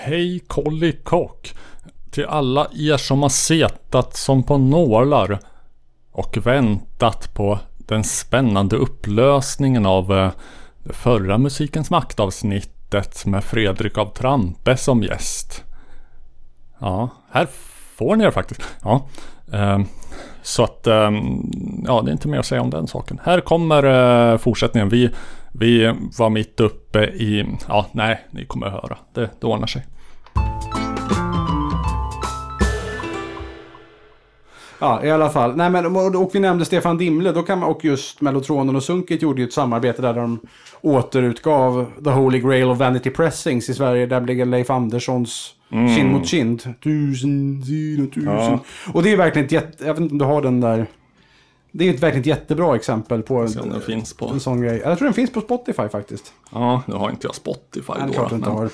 Hej Kollikock till alla er som har setat som på nålar och väntat på den spännande upplösningen av det förra Musikens maktavsnittet med Fredrik av Trampe som gäst. Ja, här får ni det faktiskt. Ja, så att ja, det är inte mer att säga om den saken. Här kommer fortsättningen. Vi var mitt uppe i... Ja, nej, ni kommer att höra. Det ordnar sig. Ja, i alla fall. Nej, men, och vi nämnde Stefan Dimle. Då kan man, och just Mellotronen och Sunket gjorde ju ett samarbete där de återutgav The Holy Grail of Vanity Pressings i Sverige. Där blev Leif Anderssons Kind mot kind. 1000. Ja. Och det är verkligen ett jag vet inte om du har den där... Det är ett verkligen jättebra exempel på den finns på en sån grej. Jag tror den finns på Spotify faktiskt. Ja, nu har inte jag Spotify då. Klart inte har.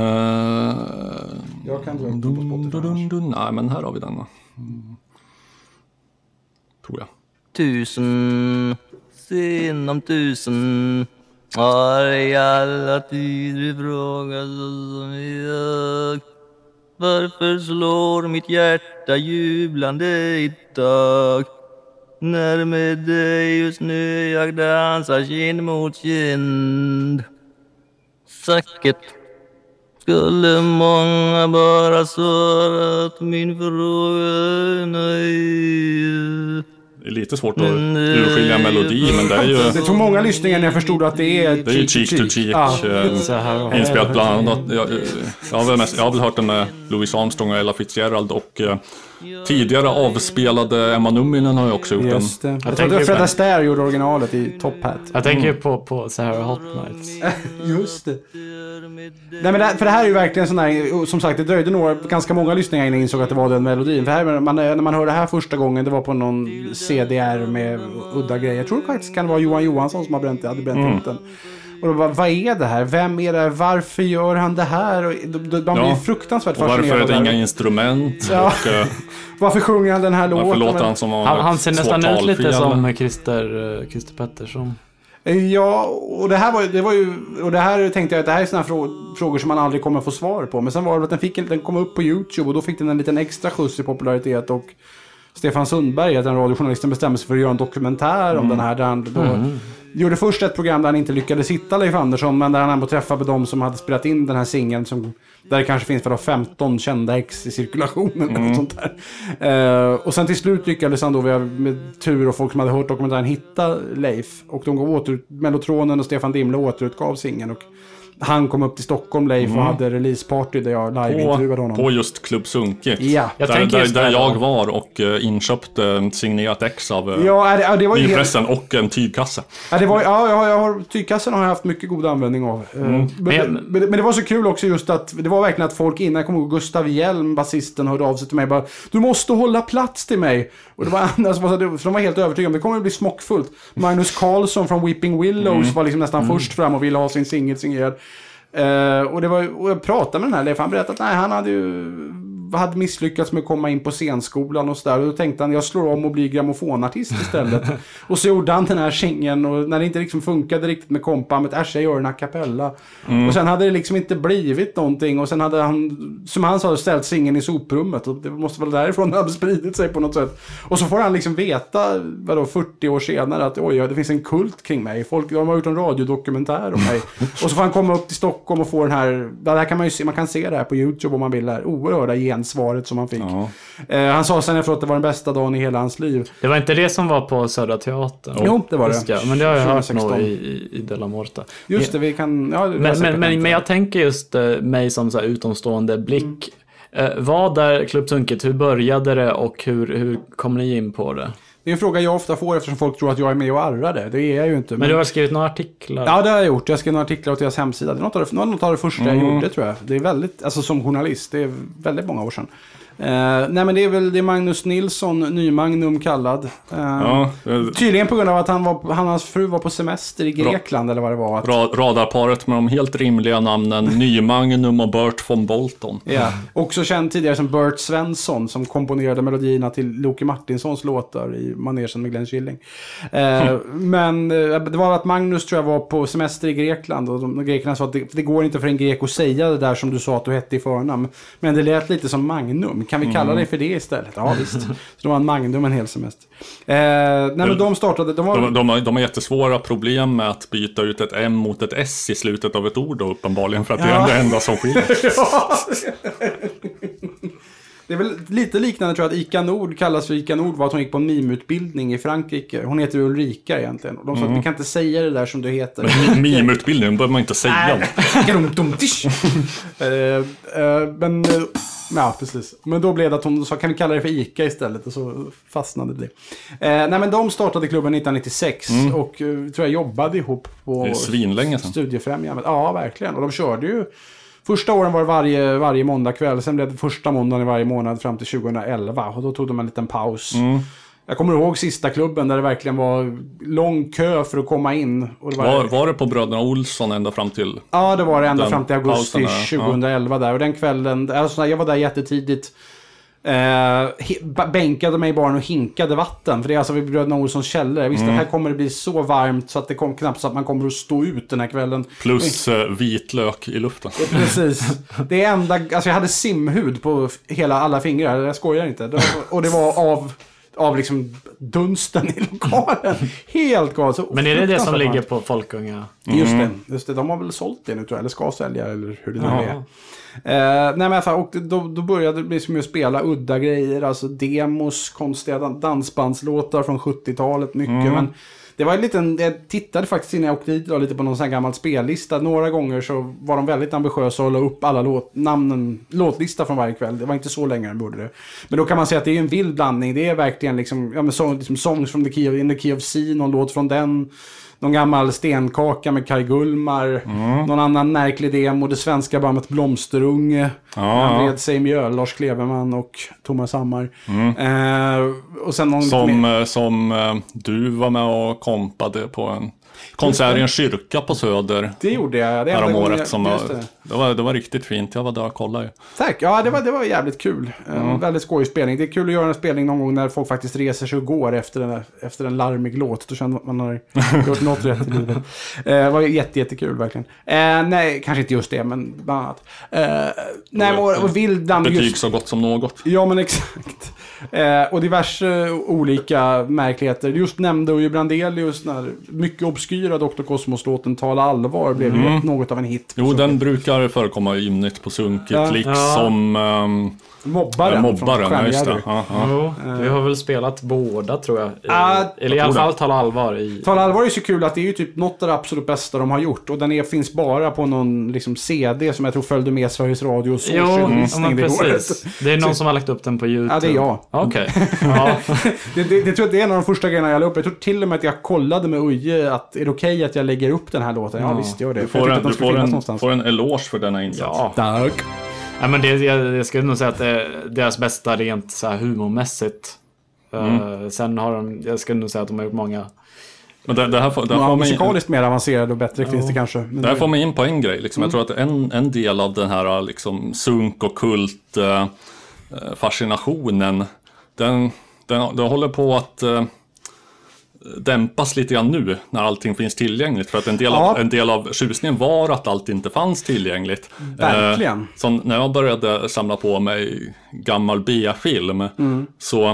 Jag kan dra upp den på Spotify. Nej, men här har vi den då. Tror jag. 1000 sinom 1000 har i alla tider frågat som jag. Varför slår mitt hjärta jublande idag? När med dig just nu jag dansar kind mot kind. Säkert skulle många bara svarat min fråga nej. Det är lite svårt att urskilja melodi, men det är ju... Det tog många lyssningar när jag förstod att det är... Det är ju Cheek to Cheek. Inspelat bland annat. Jag har väl hört den med Louis Armstrong och Ella Fitzgerald och tidigare avspelade Emma Numminen har ju också gjort den. Jag tänkte Fred Astaire gjorde originalet i Top Hat. Jag tänker ju på Sahara Hot Nights. Just det. Nej, men för det här är ju verkligen sån här, som sagt, det dröjde ganska många lyssningar innan jag insåg att det var den melodin. För här, när man hörde det här första gången, det var på någon CDR med udda grejer. Jag tror faktiskt kan det vara Johan Johansson som hade bränt ut den. Och då bara, vad är det här? Vem är det? Varför gör han det här? Och de blir fruktansvärt fascinerade. Och varför är det inga instrument? Ja. Och, varför sjunger han den här låten? Varför låter han som han ser nästan ut lite som Christer Pettersson. Ja, och det här tänkte jag att det här är såna frågor som man aldrig kommer få svar på. Men sen var det att den kom upp på YouTube och då fick den en liten extra skjuts i popularitet och Stefan Sundberg, den radiojournalisten, bestämde sig för att göra en dokumentär om den här. Där han gjorde först ett program där han inte lyckades hitta Leif Andersson, men där han ändå träffade de som hade spelat in den här singeln, där det kanske finns för 15 kända ex i cirkulationen eller sånt där. Och sen till slut lyckades han då med tur och folk som hade hört dokumentären hitta Leif, och Mellotronen och Stefan Dimle återutgav singeln, och han kom upp till Stockholm, Leif, och hade releaseparty där jag live-intervjuade honom. På just Klubb Sunkigt. Ja. Där jag var och inköpte signerat ex av det var nypressen och en tygkasse. Jag har tygkassen har jag haft mycket god användning av. Men det var så kul också just att det var verkligen att folk innan, jag kommer ihåg Gustav Hjelm, basisten, hörde av sig till mig bara, du måste hålla plats till mig. Och det var andra som de var helt övertygade om det kommer att bli smockfullt. Magnus Carlsson från Weeping Willows var liksom nästan först fram och ville ha sin singel signerad. Och jag pratade med den här Leif, han berättade att nej, han hade misslyckats med att komma in på scenskolan och sådär, och då tänkte han, jag slår om och blir grammofonartist istället. Och så gjorde han den här singeln, och när det inte liksom funkade riktigt med kompan, jag gör en a cappella. Och sen hade det liksom inte blivit någonting, och sen hade han, som han sa, ställt singeln i soprummet, och det måste väl därifrån det hade spridit sig på något sätt. Och så får han liksom veta 40 år senare att oj, det finns en kult kring mig, de har gjort en radiodokumentär om mig. Och så får han komma upp till Stockholm och få den här, där kan man ju se, man kan se det här på YouTube om man vill, där oerhörda gensvaret som han fick. Han sa sen efteråt att det var den bästa dagen i hela hans liv. Det var inte det som var på Södra Teatern? Jo, det var det. Men det har jag hört nog i Della Morta. Just det, vi kan... Men jag tänker just mig som så här utomstående blick. Vad är Klubb Sunkigt? Hur började det och hur kom ni in på det? Det är en fråga jag ofta får eftersom folk tror att jag är med och arrar det. Det är jag ju inte. Men du har skrivit några artiklar? Ja, det har jag gjort. Jag skrev några artiklar till deras hemsida. Det är något av det första jag gjorde, tror jag. Det är väldigt, alltså som journalist, det är väldigt många år sedan. Nej, men det är Magnus Nilsson, Nymagnum kallad. Tydligen på grund av att hans fru var på semester i Grekland eller vad det var. Radarparet med de helt rimliga namnen Nymagnum och Bert von Bolton. Ja, också känd tidigare som Bert Svensson som komponerade melodierna till Loke Martinssons låtar i manegen med Glenn Killing. Men det var att Magnus tror jag var på semester i Grekland och grekerna sa att det går inte för en grek att säga det där som du sa att du hette i förnamn. Men det lät lite som Magnum. Kan vi kalla dig för det istället? Ja, visst. Så det var en Magnum en hel semester. Nej, men de startade... De har jättesvåra problem med att byta ut ett M mot ett S i slutet av ett ord då, uppenbarligen, för att det är det enda som skiljer. Det är väl lite liknande, tror jag, att Ika Nord kallas för Ika Nord var att hon gick på en mimutbildning i Frankrike. Hon heter Ulrika egentligen. Och de sa att vi kan inte säga det där som du heter. Mimutbildning behöver man inte säga. Men... Ja, precis. Men då blev det att hon sa, kan vi kalla det för Ica istället? Och så fastnade det. Nej, men de startade klubben 1996 och tror jag jobbade ihop på Studiefrämjandet. Ja, verkligen. Och de körde ju... Första åren var det varje måndagkväll. Sen blev det första måndagen i varje månad fram till 2011. Och då tog de en liten paus. Jag kommer ihåg sista klubben där det verkligen var lång kö för att komma in. Och det var det på Bröderna Olsson ända fram till... Ja, det var det ända fram till augusti 2011 där. Och den kvällen, alltså jag var där jättetidigt. Bänkade mig i baren och hinkade vatten. För det är alltså vid Bröderna Olssons källare. Jag visste att här kommer det bli så varmt så att det kom knappt så att man kommer att stå ut den här kvällen. Plus vitlök i luften. Precis. Det är enda, alltså jag hade simhud på alla fingrar. Jag skojar inte. Och det var av liksom dunsten i lokalen. Helt galet. Men är det som ligger på Folkunga? Just det. De har väl sålt det nu, tror jag. Eller ska sälja, eller hur det nu är. Nej, men och då började det bli som att spela udda grejer. Alltså demos, konstiga dansbandslåtar från 70-talet. Mycket, men... Det var jag tittade faktiskt innan jag åkte dit lite på någon sån här gammal spellista. Några gånger så var de väldigt ambitiösa och la upp alla låtlista från varje kväll. Det var inte så länge de borde det. Men då kan man säga att det är en vild blandning. Det är verkligen liksom Songs from the Key of Sea, någon låt från den. Någon gammal stenkaka med Kai Gullmar. Någon annan märklig demo. Det svenska bandet Blomsterunge. Han vred sig mjöl, Lars Kleveman och Thomas Hammar. Och sen någon som du var med och kompade på en konsert i en kyrka på Söder. Det gjorde jag. Det här om året det var riktigt fint. Jag var där och kollade. Tack. Ja, det var jävligt kul. Väldigt skojig spelning. Det är kul att göra en spelning någon gång när folk faktiskt reser sig och går efter en larmig låt. Då känner man har gjort något rätt i livet. Det var jättekul verkligen. Nej, kanske inte just det, men bland annat. Nej, och vild betyg så gott som något. Ja, men exakt. Och diverse olika märkligheter. Just nämnde Uje Brandelius när mycket obskyra Dr. Cosmos-låten Tala allvar blev ju något av en hit. Jo, den brukar förekomma ymnigt på sunkigt, liksom Mobbaren just det. Vi har väl spelat båda, tror jag. Eller i alla fall Tala allvar. Tala allvar är så kul att det är ju typ något av det absolut bästa de har gjort. Och den finns bara på någon liksom CD som jag tror följde med Sveriges Radio och social precis. Det är någon som har lagt upp den på YouTube. Ja, det är jag. Okej. Det tror jag det är en av de första grejerna jag la upp. Jag tror till och med att jag kollade med Uje att är det okej att jag lägger upp den här låten? Ja, visst gör det. Du får en eloge för denna insats. Ja. Tack. Ja, men jag skulle nog säga att det är deras bästa rent så här humormässigt. Sen har jag skulle nog säga att de har gjort många. Men det här får musikaliskt mer avancerad och bättre finns det kanske. Men det här får mig in på en grej. Liksom. Jag tror att en del av den här liksom, sunk- och kult fascinationen den håller på att dämpas lite grann nu när allting finns tillgängligt. För att en del av tjusningen var att allt inte fanns tillgängligt. Verkligen. Så när jag började samla på mig gammal B-film så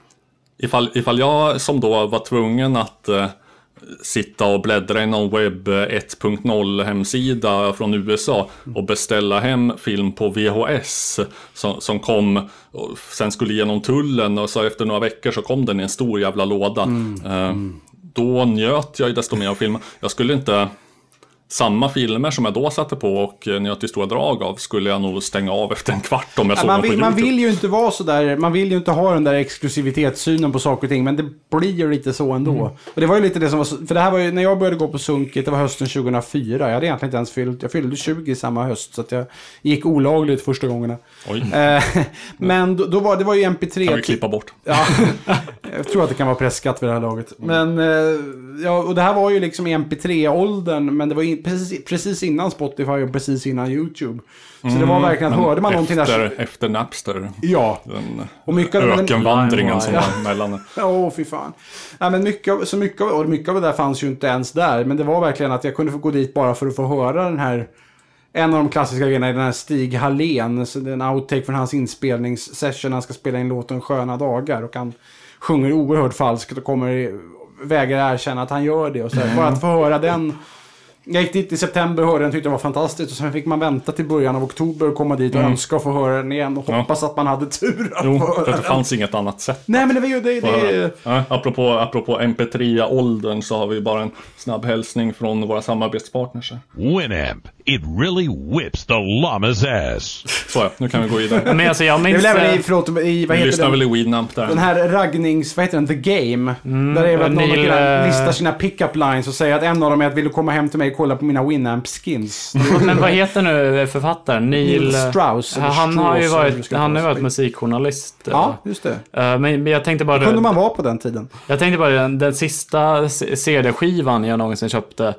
ifall jag som då var tvungen att sitta och bläddra i någon webb 1.0 hemsida från USA och beställa hem film på VHS som kom och sen skulle genom tullen och så efter några veckor så kom den i en stor jävla låda. Då njöt jag ju desto mer av filmen. Jag skulle inte samma filmer som jag då satte på och njöt i stora drag av skulle jag nog stänga av efter en kvart om jag såg dem på YouTube. Man vill ju inte vara så där, man vill ju inte ha den där exklusivitetssynen på saker och ting, men det blir ju lite så ändå. Och det var ju lite det som var, för det här var ju, när jag började gå på Sunkit, det var hösten 2004, jag hade egentligen inte ens jag fyllde 20 samma höst, så att jag gick olagligt första gångerna. Men då var det var ju MP3. Kan vi klippa bort? Ja, jag tror att det kan vara pressskatt vid det här laget. Men, ja, och det här var ju liksom i MP3-åldern, men det var precis innan Spotify och precis innan YouTube. Så det var verkligen att hörde man någonting där. Efter Napster. Ja. Den och mycket ökenvandringen som var mellan. Fy fan. Ja, men mycket av det där fanns ju inte ens där. Men det var verkligen att jag kunde få gå dit bara för att få höra den här. En av de klassiska grejerna är den här Stig Hallén. En outtake från hans inspelningssession. Han ska spela in låten Sköna dagar. Och han sjunger oerhört falskt och vägrar erkänna att han gör det. Och så bara att få höra den. Jag gick dit i september och hörde den, tyckte det var fantastiskt. Och sen fick man vänta till början av oktober och komma dit och önska att få höra den igen. Och hoppas att man hade tur att för det fanns inget annat sätt. Nej, men det var ju det. Ja, apropå MP3-åldern så har vi bara en snabb hälsning från våra samarbetspartners. Winamp, it really whips the llama's ass. Så ja, nu kan vi gå vidare. Men alltså jag minns... vad lyssnar väl i Winamp där. Den här raggnings, vad heter den? The Game. Där är väl att någon listar sina pick-up lines och säger att en av dem är att vill du komma hem till mig och kolla på mina Winamp-skins. Men vad heter nu författaren? Neil Strauss. Han har ju varit musikjournalist. Ja, just det. Men jag tänkte bara... kunde man vara på den tiden? Jag tänkte bara den sista CD-skivan jag någonsin köpte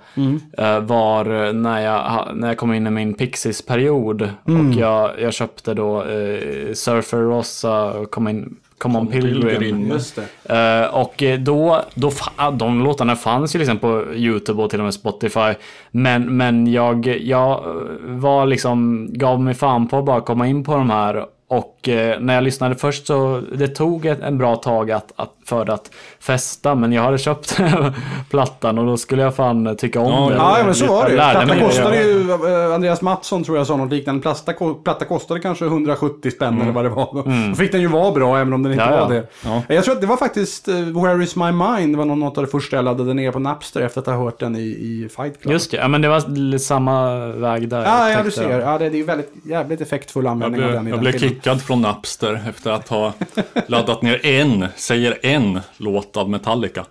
var när jag kom in i min Pixies-period. Och jag köpte då Surfer Rosa och Come on Pilgrim. Just det. Och då de låtarna fanns ju liksom på YouTube och till och med Spotify. Men jag var liksom, gav mig fan på att bara komma in på de här. Och när jag lyssnade först så det tog en bra tag för att festa, men jag hade köpt plattan och då skulle jag fan tycka om det. Ja, men så var det. Platta kostade ju, Andreas Mattsson tror jag sa något liknande. Platta kostade kanske 170 spänn eller vad det var. Då fick den ju vara bra även om den inte var det. Ja. Jag tror att det var faktiskt Where is my mind var något av det första jag laddade ner på Napster efter att ha hört den i Fight Club. Just det, ja, men det var samma väg där. Ja, du ser. Ja, det är ju väldigt jävligt effektfull användning av den. Jag blev kickad från Napster efter att ha laddat ner en låt av Metallica.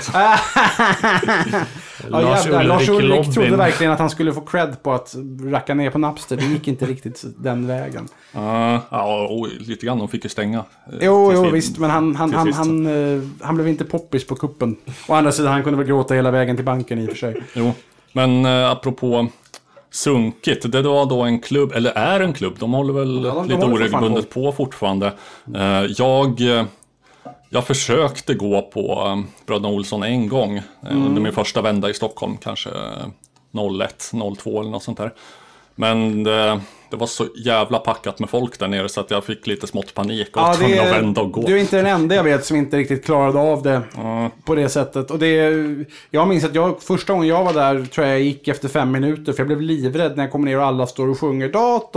Lars Ulrik trodde verkligen att han skulle få cred på att racka ner på Napster. Det gick inte riktigt den vägen. Lite grann. De fick ju stänga. Jo, visst. Men han blev inte poppis på kuppen. Å andra sidan, han kunde väl gråta hela vägen till banken i och för sig. Jo, men apropå Sunkit, det var då en klubb, eller är en klubb, de håller väl lite oregelbundet på fortfarande. Jag försökte gå på Bröderna Olsson en gång under min första vända i Stockholm, kanske 01, 02 eller något sånt där. Men det var så jävla packat med folk där nere så att jag fick lite smått panik och tvungen att vända och gå. Du är inte den enda jag vet som inte riktigt klarade av det på det sättet. Och jag minns att första gången jag var där tror jag gick efter 5 minuter för jag blev livrädd när jag kom ner och alla står och sjunger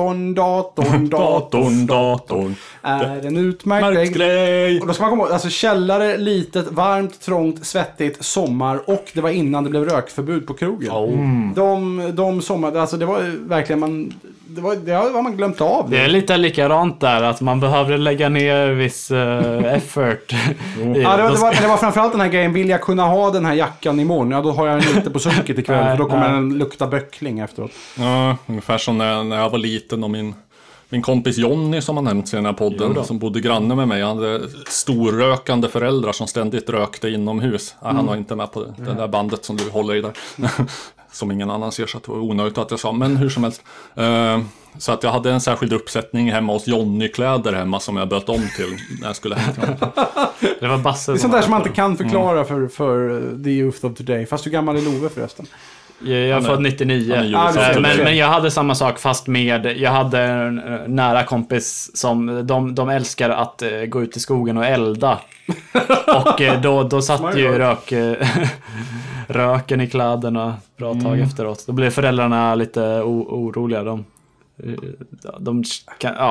datorn är en utmärkt grej. Och då ska man komma ihåg, alltså källare, litet, varmt, trångt, svettigt, sommar och det var innan det blev rökförbud på krogen. De sommarade, alltså det var verkligen det har man glömt av. Det är lite likadant där, att man behövde lägga ner viss effort. Ja, det var framförallt den här grejen, vill jag kunna ha den här jackan imorgon? Ja, då har jag den inte på Sunkit ikväll, för då kommer den lukta böckling efteråt. Ja, ungefär som när jag var liten och min kompis Jonny som har nämnts i den här podden, som bodde granne med mig, han hade storrökande föräldrar som ständigt rökte inomhus. Han var inte med på det där bandet som du håller i där. Som ingen annan ser, så att det var onödigt att jag sa, men hur som helst. Så att jag hade en särskild uppsättning hemma hos Jonny-kläder hemma som jag böt om till när jag skulle hem. Det var Basse. Det är sånt där som man inte kan förklara för the youth of today. Fast hur gammal är Love förresten? Jag är född 99. Men jag hade samma sak fast jag hade en nära kompis som de älskar att gå ut i skogen och elda. Och då satt ju röken i kläderna bra tag efteråt. Då blev föräldrarna lite oroliga.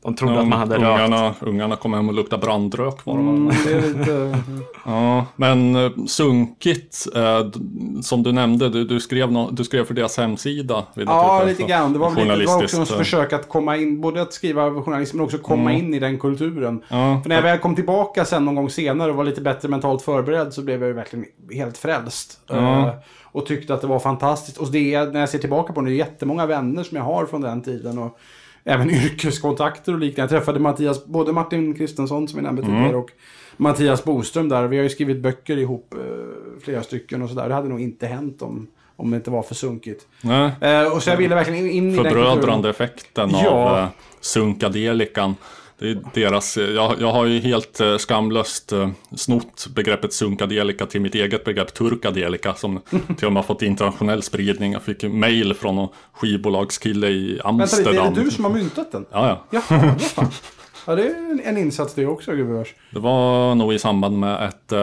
De trodde att man hade rökt. Ungarna kom hem och luktade brandrök. Var det är lite... Ja, men Sunkigt, som du nämnde, du skrev för deras hemsida. Ja, lite grann. Det var också ett försök att komma in, både att skriva journalism men också komma in i den kulturen. För när jag väl kom tillbaka sen någon gång senare och var lite bättre mentalt förberedd så blev jag ju verkligen helt frälst. Och tyckte att det var fantastiskt. Och när jag ser tillbaka på det är jättemånga vänner som jag har från den tiden och även yrkeskontakter och liknande. Jag träffade både Martin Kristensson som vi nämnde tidigare och Mattias Boström där. Vi har ju skrivit böcker ihop, flera stycken och sådär. Det hade nog inte hänt om det inte var för sunkigt. Och så jag ville verkligen in i den förbrödrande effekten av Sunkadelikan. Det är deras, jag har ju helt skamlöst snott begreppet Sunkadelika till mitt eget begrepp Turkadelika som till och med har fått internationell spridning. Jag fick mejl från en skivbolagskille i Amsterdam. Vänta lite, är det du som har myntat den? Ja. Jaha, ja, det är en insats det också, gubevars. Det var nog i samband med ett...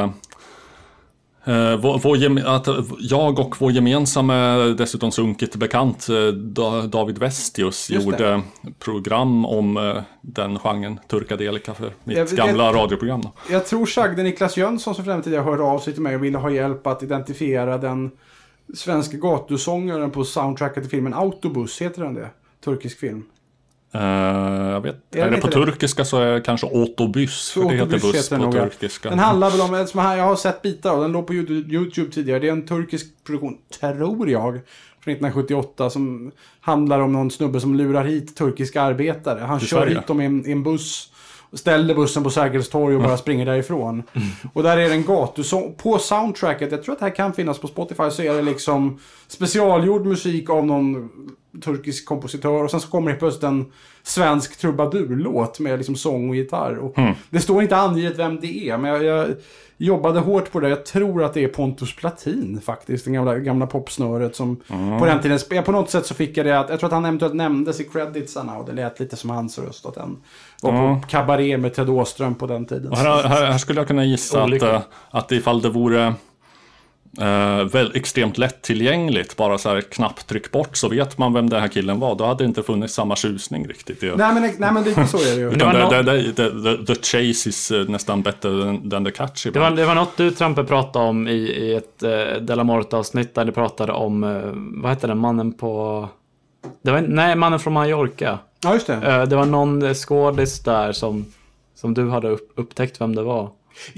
att jag och vår gemensamma, dessutom sunkigt bekant, David Vestius gjorde program om den genren Turkadelika för mitt gamla radioprogram. Då. Jag tror sagde Niklas Jönsson som för den tiden hörde av sig till mig och ville ha hjälp att identifiera den svenska gatusångaren på soundtracket till filmen Autobus, heter den det? Turkisk film. Jag vet. Är det på turkiska så är det kanske Autobus. För det heter buss på turkiska. Den handlar väl om, som här, jag har sett bitar av den, låg på YouTube tidigare. Det är en turkisk produktion, tror jag, från 1978 som handlar om någon snubbe som lurar hit turkiska arbetare. Han kör hit dem i en buss, ställer bussen på Sergels torg och bara springer därifrån. Och där är det en gatusång. På soundtracket, jag tror att det här kan finnas på Spotify, så är det liksom specialgjord musik av någon turkisk kompositör och sen så kommer det plötsligt en svensk trubadurlåt med liksom sång och gitarr. Och det står inte angivet vem det är, men jag jobbade hårt på det. Jag tror att det är Pontus Platin faktiskt, den gamla popsnöret som på den tiden, på något sätt så fick jag det att, jag tror att han eventuellt nämndes i creditsarna och det lät lite som hans röst att den var på kabaré med Ted Åström på den tiden. Här skulle jag kunna gissa att ifall det vore väl extremt lättillgängligt, bara så här knapptryck bort så vet man vem den här killen var. Då hade det inte funnits samma tjusning riktigt. Nej men det är så är det ju. The chase is nästan bättre than the catch. Det var något du Trampe pratade om i ett Della Morte-avsnitt där du pratade om vad heter den mannen på... mannen från Mallorca. Ja, just det. Det var någon skådis där som du hade upptäckt vem det var.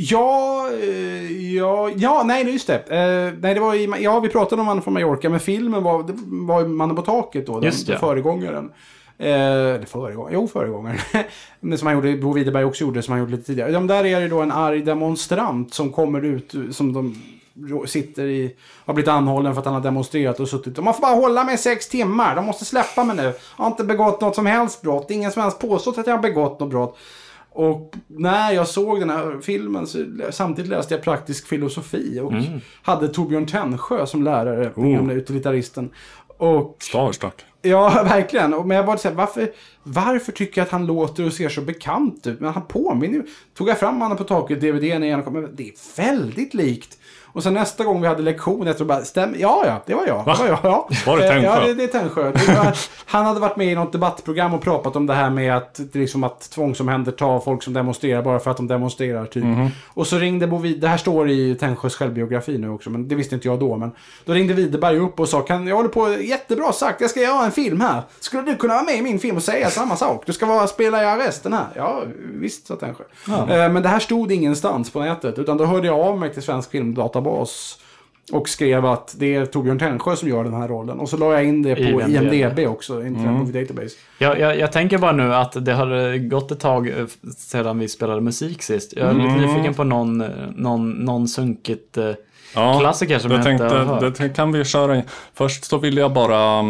Nej, just det. Nej, det var vi pratade om Mannen från Mallorca, men filmen var Mannen på taket då, den föregångaren. Föregångaren. Men som han gjorde, Bo Widerberg också gjorde, som han gjorde lite tidigare. Där är det då en arg demonstrant som kommer ut, som de sitter har blivit anhållen för att han har demonstrerat och suttit. Man får bara hålla mig 6 timmar, de måste släppa mig nu. Jag har inte begått något som helst brott, ingen som helst påstått att jag har begått något brott. Och när jag såg den här filmen så samtidigt läste jag praktisk filosofi och hade Torbjörn Tännsjö som lärare, den gamla utilitaristen. Och stark. Ja, verkligen. Men jag bara säger, varför tycker jag att han låter och ser så bekant ut? Men han påminner ju. Tog jag fram Mannen på taket, DVD:n igen och kom, men det är väldigt likt. Och sen nästa gång vi hade lektion, jag tror bara, det var jag. Var det Tännsjö? Ja, det är Tännsjö. Han hade varit med i något debattprogram och pratat om det här med att tvångsomhänderta folk som demonstrerar bara för att de demonstrerar typ. Och så ringde det här står i Tännsjös självbiografi nu också, men det visste inte jag då. Men då ringde Widerberg upp och sa, jag håller på, jättebra sagt, jag ska göra en film här. Skulle du kunna vara med i min film och säga samma sak? Du ska spela i arresten här. Ja, visst, sa Tännsjö. Men det här stod ingenstans på nätet, utan då hörde jag av mig till Svensk Filmdatabas och skrev att det är Torbjörn Tännsjö som gör den här rollen. Och så la jag in det på IMDb också, Internet Movie Database. Jag tänker bara nu att det har gått ett tag sedan vi spelade musik sist. Jag är lite nyfiken på någon sunkigt klassiker som jag inte har hört. Det kan vi köra in. Först så vill jag bara...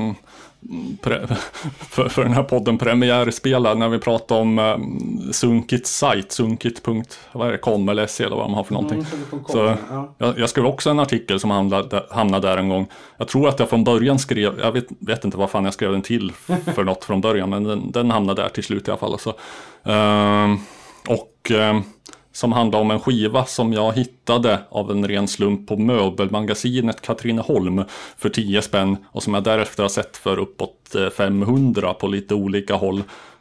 för den här podden premiärspela när vi pratar om Sunkits sajt, sunkit.com eller se eller vad de har för någonting. Så jag skrev också en artikel som hamnade där en gång. Jag tror att jag från början skrev, jag vet inte vad fan jag skrev den till för något från början, men den hamnade där till slut i alla fall. Alltså. Som handlar om en skiva som jag hittade av en ren slump på möbelmagasinet Katrineholm för 10 spänn och som jag därefter har sett för uppåt 500 på lite olika håll.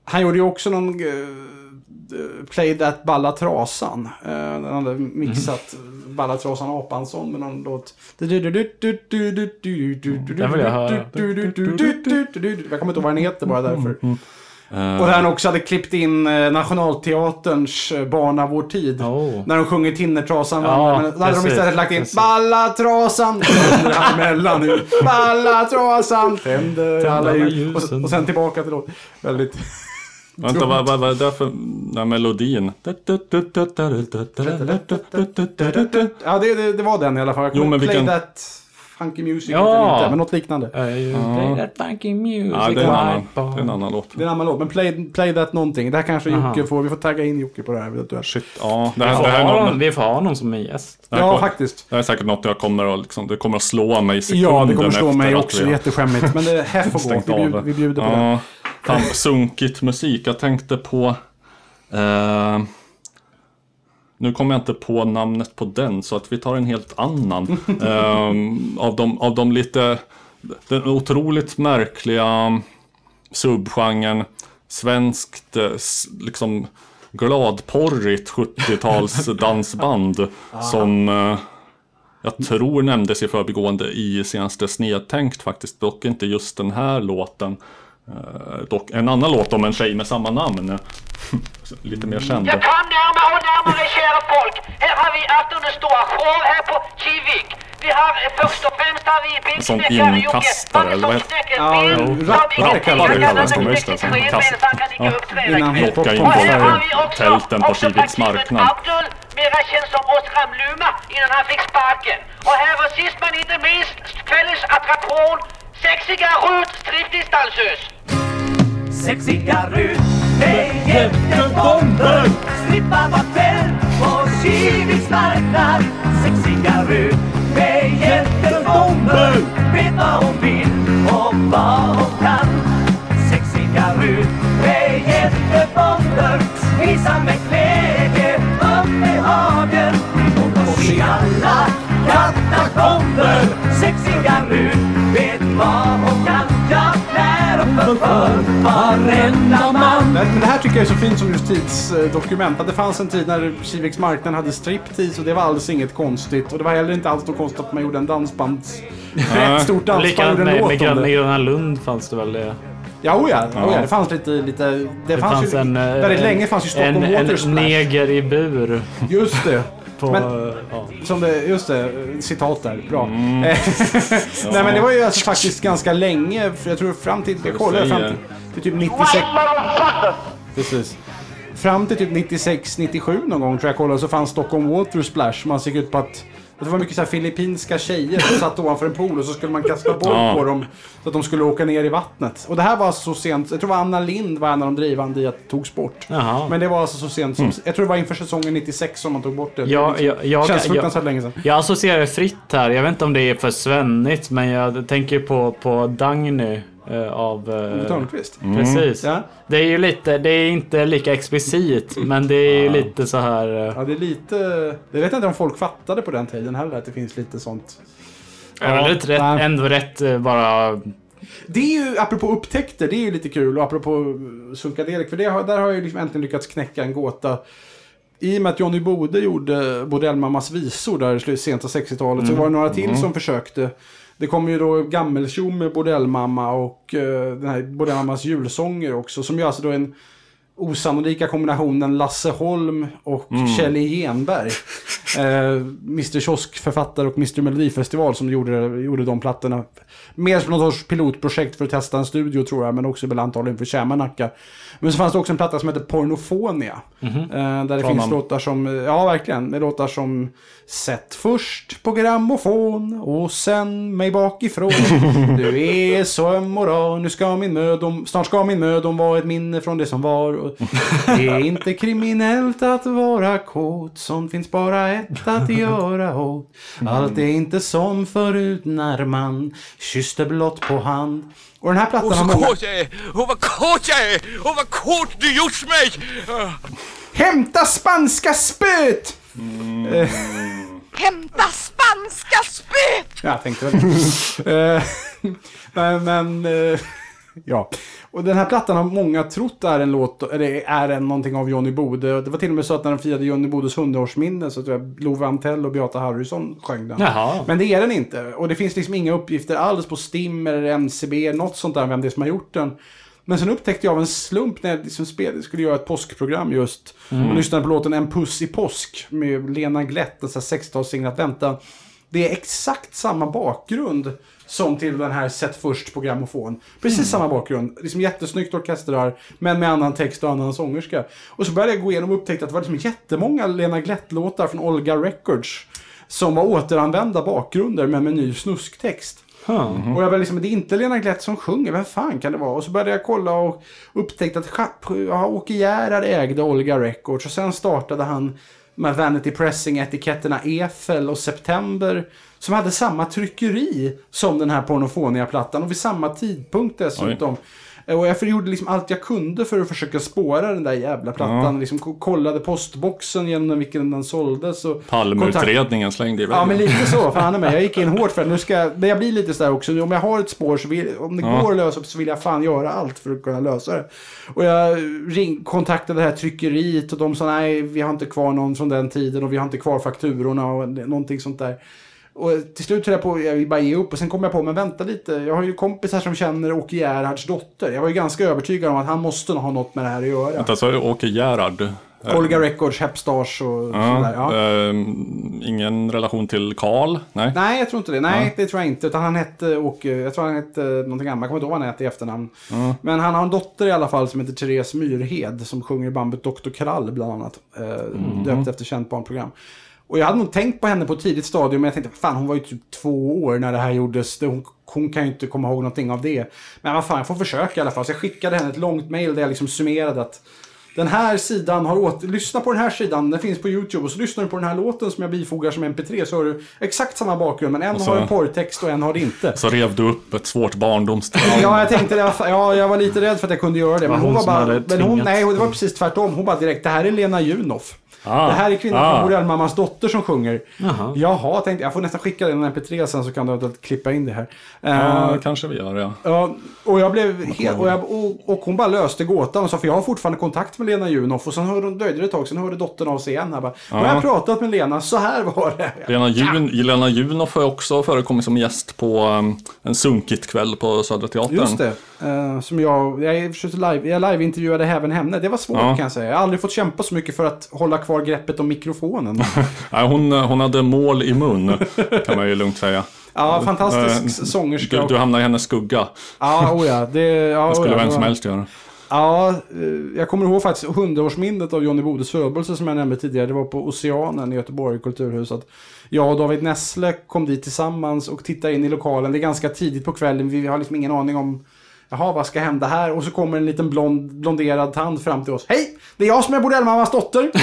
Han gjorde ju också någon Play That Balla Trasan. Han hade mixat Balla Trasan och Apansson med någon låt. Den vill jag höra. Jag kommer inte ihåg vad den heter bara därför. Och där han också hade klippt in Nationalteaterns Barn av vår tid. När de sjunger Tinnertrasan. Där hade de istället lagt in Balla Trasan. Balla Trasan. Tänder alla ljus. Och sen tillbaka till låt. Väldigt... Vänta, vad är det för den här melodin? Ja, det var den i alla fall. Jo, men Play vilken... That Funky Music inte, men något liknande. Play That Funky Music. Ja, det är en annan låt. Det är en annan låt, men Play That någonting. Det här kanske Jocke får, vi får tagga in Jocke på det här. Shit, ja. Vi får ha någon som är gäst. Ja, faktiskt. Det är säkert något jag kommer att, liksom, det kommer att slå mig i sekunden. Ja, det kommer att slå mig också, jätteskämmigt. Men det här får gå, vi bjuder på det. Fan, sunkigt musik. Jag tänkte på... nu kommer jag inte på namnet på den, så att vi tar en helt annan. Av de lite... Den otroligt märkliga subgenren svenskt, liksom gladporrigt 70-tals dansband som jag tror nämndes i förbigående i senaste Snedtänkt faktiskt. Dock inte just den här låten. Dock en annan låt om en tjej med samma namn. Lite mer känd. Jag kom närmare kära folk. Här har vi aftonens stora show här på Kivik. Vi har först och främst har vi bildknäckare inkastare, eller vad heter det? Rappare kallas de, just det. Locka in på tälten på Kiviks marknad. Abdul, mera känd som Osram Luma, innan han fick sparken. Och här var sist men inte minst kvällens attraktion, sexiga Rut striptease-dansös. Sexiga Rut med jättebomber, strippar var kväll på Kiviks marknad. Sexiga Rut med jättebomber, vet vad hon vill och vad hon kan. Sexiga Rut med jättebomber, visar med glädje upp i hagen. Hon går i alla katakomber. Sexiga Rut vet vad hon kan. Jag lär upp för varenda man. Men det här tycker jag är så fint som just tidsdokument. Att det fanns en tid när Kiviks marknad hade striptease och det var alls inget konstigt. Och det var heller inte alls så konstigt att man gjorde en dansbands... Rätt stort dansband gjorde en låt om det. Med Gröna Lund fanns det väl det? Ja, det fanns lite det fanns ju en, väldigt länge fanns ju Stockholm Water Splash. En neger i bur. Just det. Men, som det, just det, citat där, bra. Nej, men det var ju alltså faktiskt ganska länge, för jag tror fram till typ 96. Precis. Fram till typ 96-97 någon gång tror jag kollade, så fanns Stockholm Water Splash. Man såg ut på att det var mycket så här filippinska tjejer som satt ovanför en pool och så skulle man kasta boll på dem så att de skulle åka ner i vattnet. Och det här var alltså så sent, jag tror det var Anna Lind var en av de drivande i att det togs bort. Jaha. Men det var alltså så sent som, jag tror det var inför säsongen 96 som man tog bort det. Det känns fruktansvärt länge sedan. Jag associerar fritt här, jag vet inte om det är för svennigt, men jag tänker på Dagny av Törnqvist. Precis. Ja. Det är ju lite, det är inte lika explicit, men det är ju lite så här. Ja, det är lite. Jag vet inte om folk fattade på den tiden heller att det finns lite sånt. Ändå rätt bara. Det är ju, apropå upptäckter, det är ju lite kul, och apropå Sunkadelik, för där har jag ju liksom äntligen lyckats knäcka en gåta. I och med att Johnny Bode gjorde Bordellmammas visor där sent av 60-talet, så var det några till som försökte. Det kom ju då Gammeltjo med Bordellmamma och den här Bordellmammas julsånger också, som ju alltså då en osannolika kombinationen Lasse Holm och Kjell Genberg. Mr. Kiosk-författare och Mr. Melodifestival som gjorde de plattorna. Mer som någon sorts pilotprojekt för att testa en studio tror jag, men också väl antagligen för Kämmarnacka. Men så fanns det också en platta som heter Pornofonia. Där det finns låtar som, ja verkligen, det låtar som Sätt först på grammofon och sen mig bakifrån. Du är så öm och rar, nu ska snart ska min mödom vara ett minne från det som var. Det är inte kriminellt att vara kåt, som finns bara ett att göra åt. Allt är inte som förut när man kysste blott på hand. Och den här plattan har många... kåt jag är! Och vad kåt jag är! Och vad kåt du gjort mig! Hämta spanska spöt! Hämta spanska spöt! Jag tänkte väl. Ja, och den här plattan har många trott är en låt, eller är någonting av Johnny Bode. Det var till och med så att när de firade Johnny Bodes 100-årsminne så tror jag Love Antell och Beata Harrison sjöng den. Jaha. Men det är den inte. Och det finns liksom inga uppgifter alls på Stim eller MCB, något sånt där, vem det är som har gjort den. Men sen upptäckte jag av en slump när jag liksom skulle göra ett påskprogram just. Och lyssnade på låten En puss i påsk med Lena Glett, en sån här 60-talssingel att vänta. Det är exakt samma bakgrund som till den här Sätt först på grammofon. Precis samma bakgrund. Liksom jättesnyggt orkestrar, men med annan text och annan sångerska. Och så började jag gå igenom och upptäckte att det var liksom jättemånga Lena Glett-låtar från Olga Records som var återanvända bakgrunder men med ny snusktext. Och jag var liksom, det är inte Lena Glett som sjunger, vem fan kan det vara? Och så började jag kolla och upptäckte att Åke Gerhard ägde Olga Records. Och sen startade han med Vanity Pressing-etiketterna Eiffel och September, som hade samma tryckeri som den här Pornofonia-plattan och vid samma tidpunkt dessutom. Och jag gjorde liksom allt jag kunde för att försöka spåra den där jävla plattan. Liksom kollade postboxen genom vilken den såldes. Palmeutredningen slängde iväg. Ja, men lite så. Fan med. Jag gick in hårt för det. Men jag blir lite sådär också. Om jag har ett spår om det går att lösa upp så vill jag fan göra allt för att kunna lösa det. Och jag kontaktade det här tryckeriet och de sa nej, vi har inte kvar någon från den tiden och vi har inte kvar fakturorna och någonting sånt där. Och till slut tror jag vill bara ge upp. Och sen kom jag på, men vänta lite. Jag har ju kompisar som känner Åke Gerhards dotter. Jag var ju ganska övertygad om att han måste ha något med det här att göra. Vänta, så är det Åke Gerhard? Olga Records, Hepstars och sådär. Ja. Ingen relation till Karl? Nej, jag tror inte det. Nej, det tror jag inte. Utan han hette Åke, jag tror han hette någonting annat. Jag kommer inte ihåg vad han hette i efternamn. Men han har en dotter i alla fall som heter Therese Myrhed. Som sjunger i bandet Dr. Krall bland annat. Döpt efter känt barnprogram. Och jag hade nog tänkt på henne på ett tidigt stadium, men jag tänkte, fan hon var ju typ 2 år när det här gjordes. Hon kan ju inte komma ihåg någonting av det. Men vad fan, jag får försöka i alla fall. Så jag skickade henne ett långt mejl där jag liksom summerade att den här sidan har lyssna på den här sidan, den finns på YouTube, och så lyssnar du på den här låten som jag bifogar som MP3, så har du exakt samma bakgrund, men en har en porrtext och en har det inte. Så rev du upp ett svårt barndomstrauma. Ja, jag tänkte det. Jag var lite rädd för att jag kunde göra det, men hon var bara, nej, det var precis tvärtom. Hon bara direkt, det här är Lena Junoff. Det här är kvinnan från Borellmammas dotter som sjunger. Jaha, tänkte jag får nästan skicka den MP3 sen så kan du klippa in det här. Ja, kanske vi gör, ja. Och jag blev och hon bara löste gåtan och sa, för jag har fortfarande kontakt med Lena Junoff, och sen dröjde det ett tag, sen hörde dottern av sig igen. Bara, jag har pratat med Lena, så här var det. Lena Junoff har också förekommit som gäst på en sunkigt kväll på Södra Teatern. Just det. Som jag live-intervjuade även henne. Det var svårt kan jag säga. Jag har aldrig fått kämpa så mycket för att hålla kvar greppet om mikrofonen. Nej, hon hade mål i mun, kan man ju lugnt säga. Ja, fantastisk sångerska. Du hamnar i hennes skugga. Det skulle vem som helst göra. Ja, jag kommer ihåg faktiskt 100-årsminnet av Johnny Bodes födelse som jag nämnde tidigare. Det var på Oceanen i Göteborg, Kulturhuset. Jag och David Nessle kom dit tillsammans och tittade in i lokalen. Det är ganska tidigt på kvällen. Vi har liksom ingen aning om vad ska hända här? Och så kommer en liten blonderad tand fram till oss. Hej, det är jag som är Borellmammas dotter.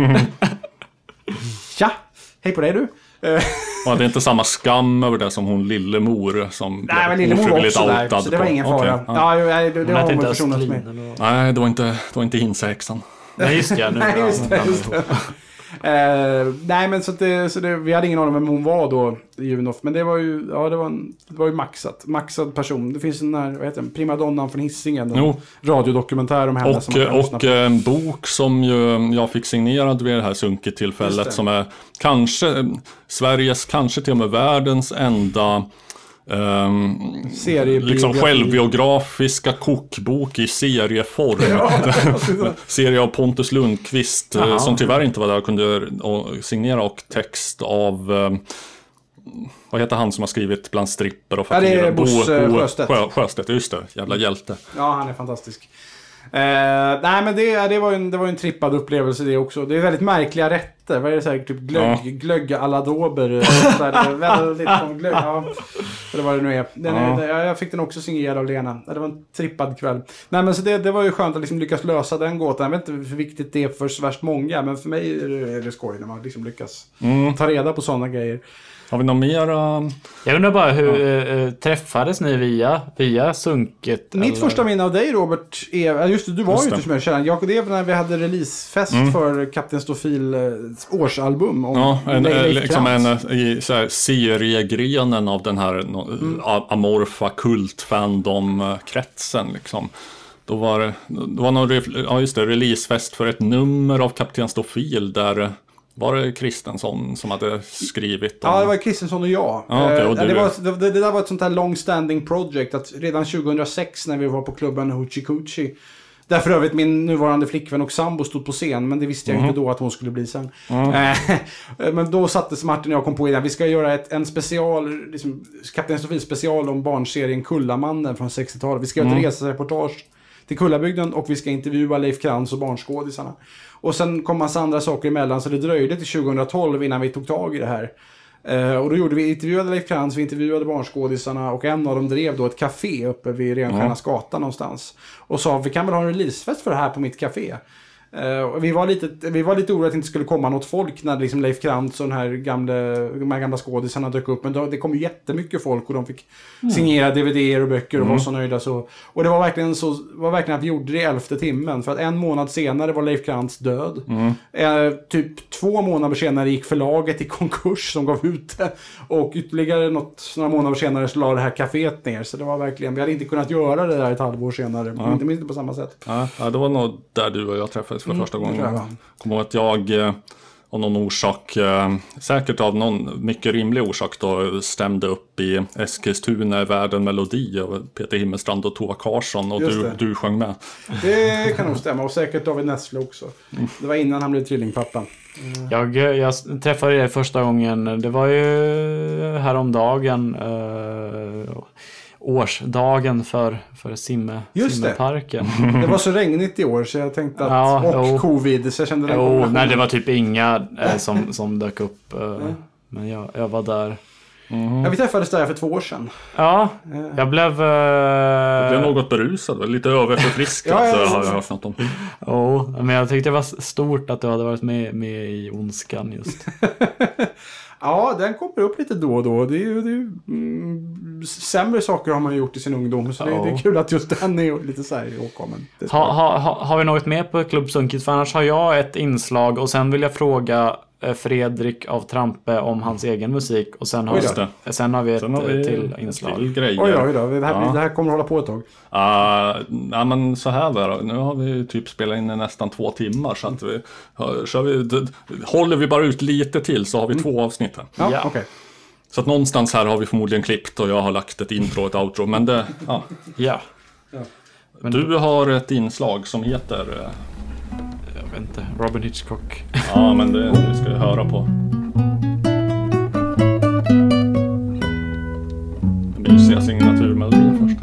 Ja, hej på dig du. Ja, det är inte samma skam över det som hon Lillemor som blev ofrivilligt outad. Så det var ingen fara. Ja, det var hon personen som mig. Nej, det var inte hinsexan. Nej, just det. Nej, just det. Nej, men så det, vi hade ingen aning om vem hon var då, Junoff, men det var ju det var ju maxad person. Det finns en här, primadonnan från Hisingen, en radiodokumentär om henne och en bok som ju jag fick signerad vid det här sunkigt-tillfället, som är kanske Sveriges, kanske till och med världens enda liksom självbiografiska kokbok i serieform. Serie av Pontus Lundqvist, som tyvärr inte var där och kunde signera, och text av vad heter han som har skrivit Bland stripper och det är Bo Sjöstedt, just det, jävla hjälte. Ja, han är fantastisk. Nej, men det var en trippad upplevelse det också. Det är väldigt märkliga rätter. Vad är det så här, typ glögg alla dober. Väldigt som glögg. Ja, det var det nu är. Jag fick den också signerad av Lena. Det var en trippad kväll. Nej, men så det var ju skönt att liksom lyckas lösa den gåtan. Jag vet inte hur viktigt det är för så värst många, men för mig är det skoj när man liksom lyckas ta reda på sådana grejer. Har vi något mer? Jag undrar bara, hur träffades ni via Sunket? Mitt första minne av dig, Robert, är... Just det, du var ju ute som jag känner. Det var när vi hade releasefest för Kapten Stofil årsalbum. Om liksom i så här seriegrenen av den här amorfa kult-fandom-kretsen liksom. Då var det någon releasefest för ett nummer av Kapten Stofil där... Var det Kristensson som hade skrivit om... Ja, det var Kristensson och jag. Det där var ett sånt här long-standing project. Att redan 2006 när vi var på klubben Hoochie Coochie, där för övrigt min nuvarande flickvän och sambo stod på scen, men det visste jag inte då att hon skulle bli sen. Men då sattes Martin och jag kom på idén. Vi ska göra en special, liksom, Kapten Stofil special om barnserien Kullamannen från 60-talet. Vi ska göra ett resereportage till Kullabygden och vi ska intervjua Leif Krantz och barnskådisarna. Och sen kom massa andra saker emellan, så det dröjde till 2012 innan vi tog tag i det här. Och då intervjuade Leif Krantz, vi intervjuade barnskådisarna och en av dem drev då ett café uppe vid Renstjärnas gata någonstans. Och sa, vi kan väl ha en releasefest för det här på mitt café. Vi var lite oroliga att det inte skulle komma något folk när liksom Leif Krantz och de här gamla skådisarna dök upp. Men det kom ju jättemycket folk och de fick signera DVD:er och böcker och var så nöjda. Så. Och det var verkligen att vi gjorde det i 11:e timmen. För att en månad senare var Leif Krantz död. Typ 2 månader senare gick förlaget i konkurs som gav ut det. Och ytterligare några månader senare så la det här kaféet ner. Så det var verkligen, vi hade inte kunnat göra det där ett halvår senare. Inte minst på samma sätt. Ja, det var nog där du och jag träffades för första gången. Jag kommer ihåg att jag av någon orsak, säkert av någon mycket rimlig orsak då, stämde upp i Eskilstuna i Världen Melodi och Peter Himmelstrand och Tova Karlsson och du sjöng med. Det kan nog stämma, och säkert David Nessle också. Det var innan han blev tvillingpappa. Jag träffade er första gången, det var ju häromdagen, årsdagen för simmeparken. Det var så regnigt i år så jag tänkte att covid, så jag kände nej, det var typ inga som dök upp, men jag var där. Ja, vi träffades där för 2 år sedan. Ja, jag blev något berusad, lite överförfriskad har jag hört något om. Men jag tyckte det var stort att du hade varit med i Ondskan just. Ja, den kommer upp lite då och då. Det är ju sämre saker har man gjort i sin ungdom. Så det är kul att just den är lite så här åkommen. Har vi något mer på Klubb Sunkit? För annars har jag ett inslag. Och sen vill jag fråga Fredrik av Trampe om hans egen musik. Och sen har vi ett till inslag. Oj då. Det här kommer hålla på ett tag. Ja, men så här där. Nu har vi typ spelat in i nästan 2 timmar. Så att håller vi bara ut lite till så har vi 2 avsnitt här. Ja. Okay. Så att någonstans här har vi förmodligen klippt och jag har lagt ett intro och ett outro. Men det, ja. Men du har ett inslag som heter... Jag vet inte, Robin Hitchcock. Ja, men det ska jag höra på. Mysiga signaturmelodin först.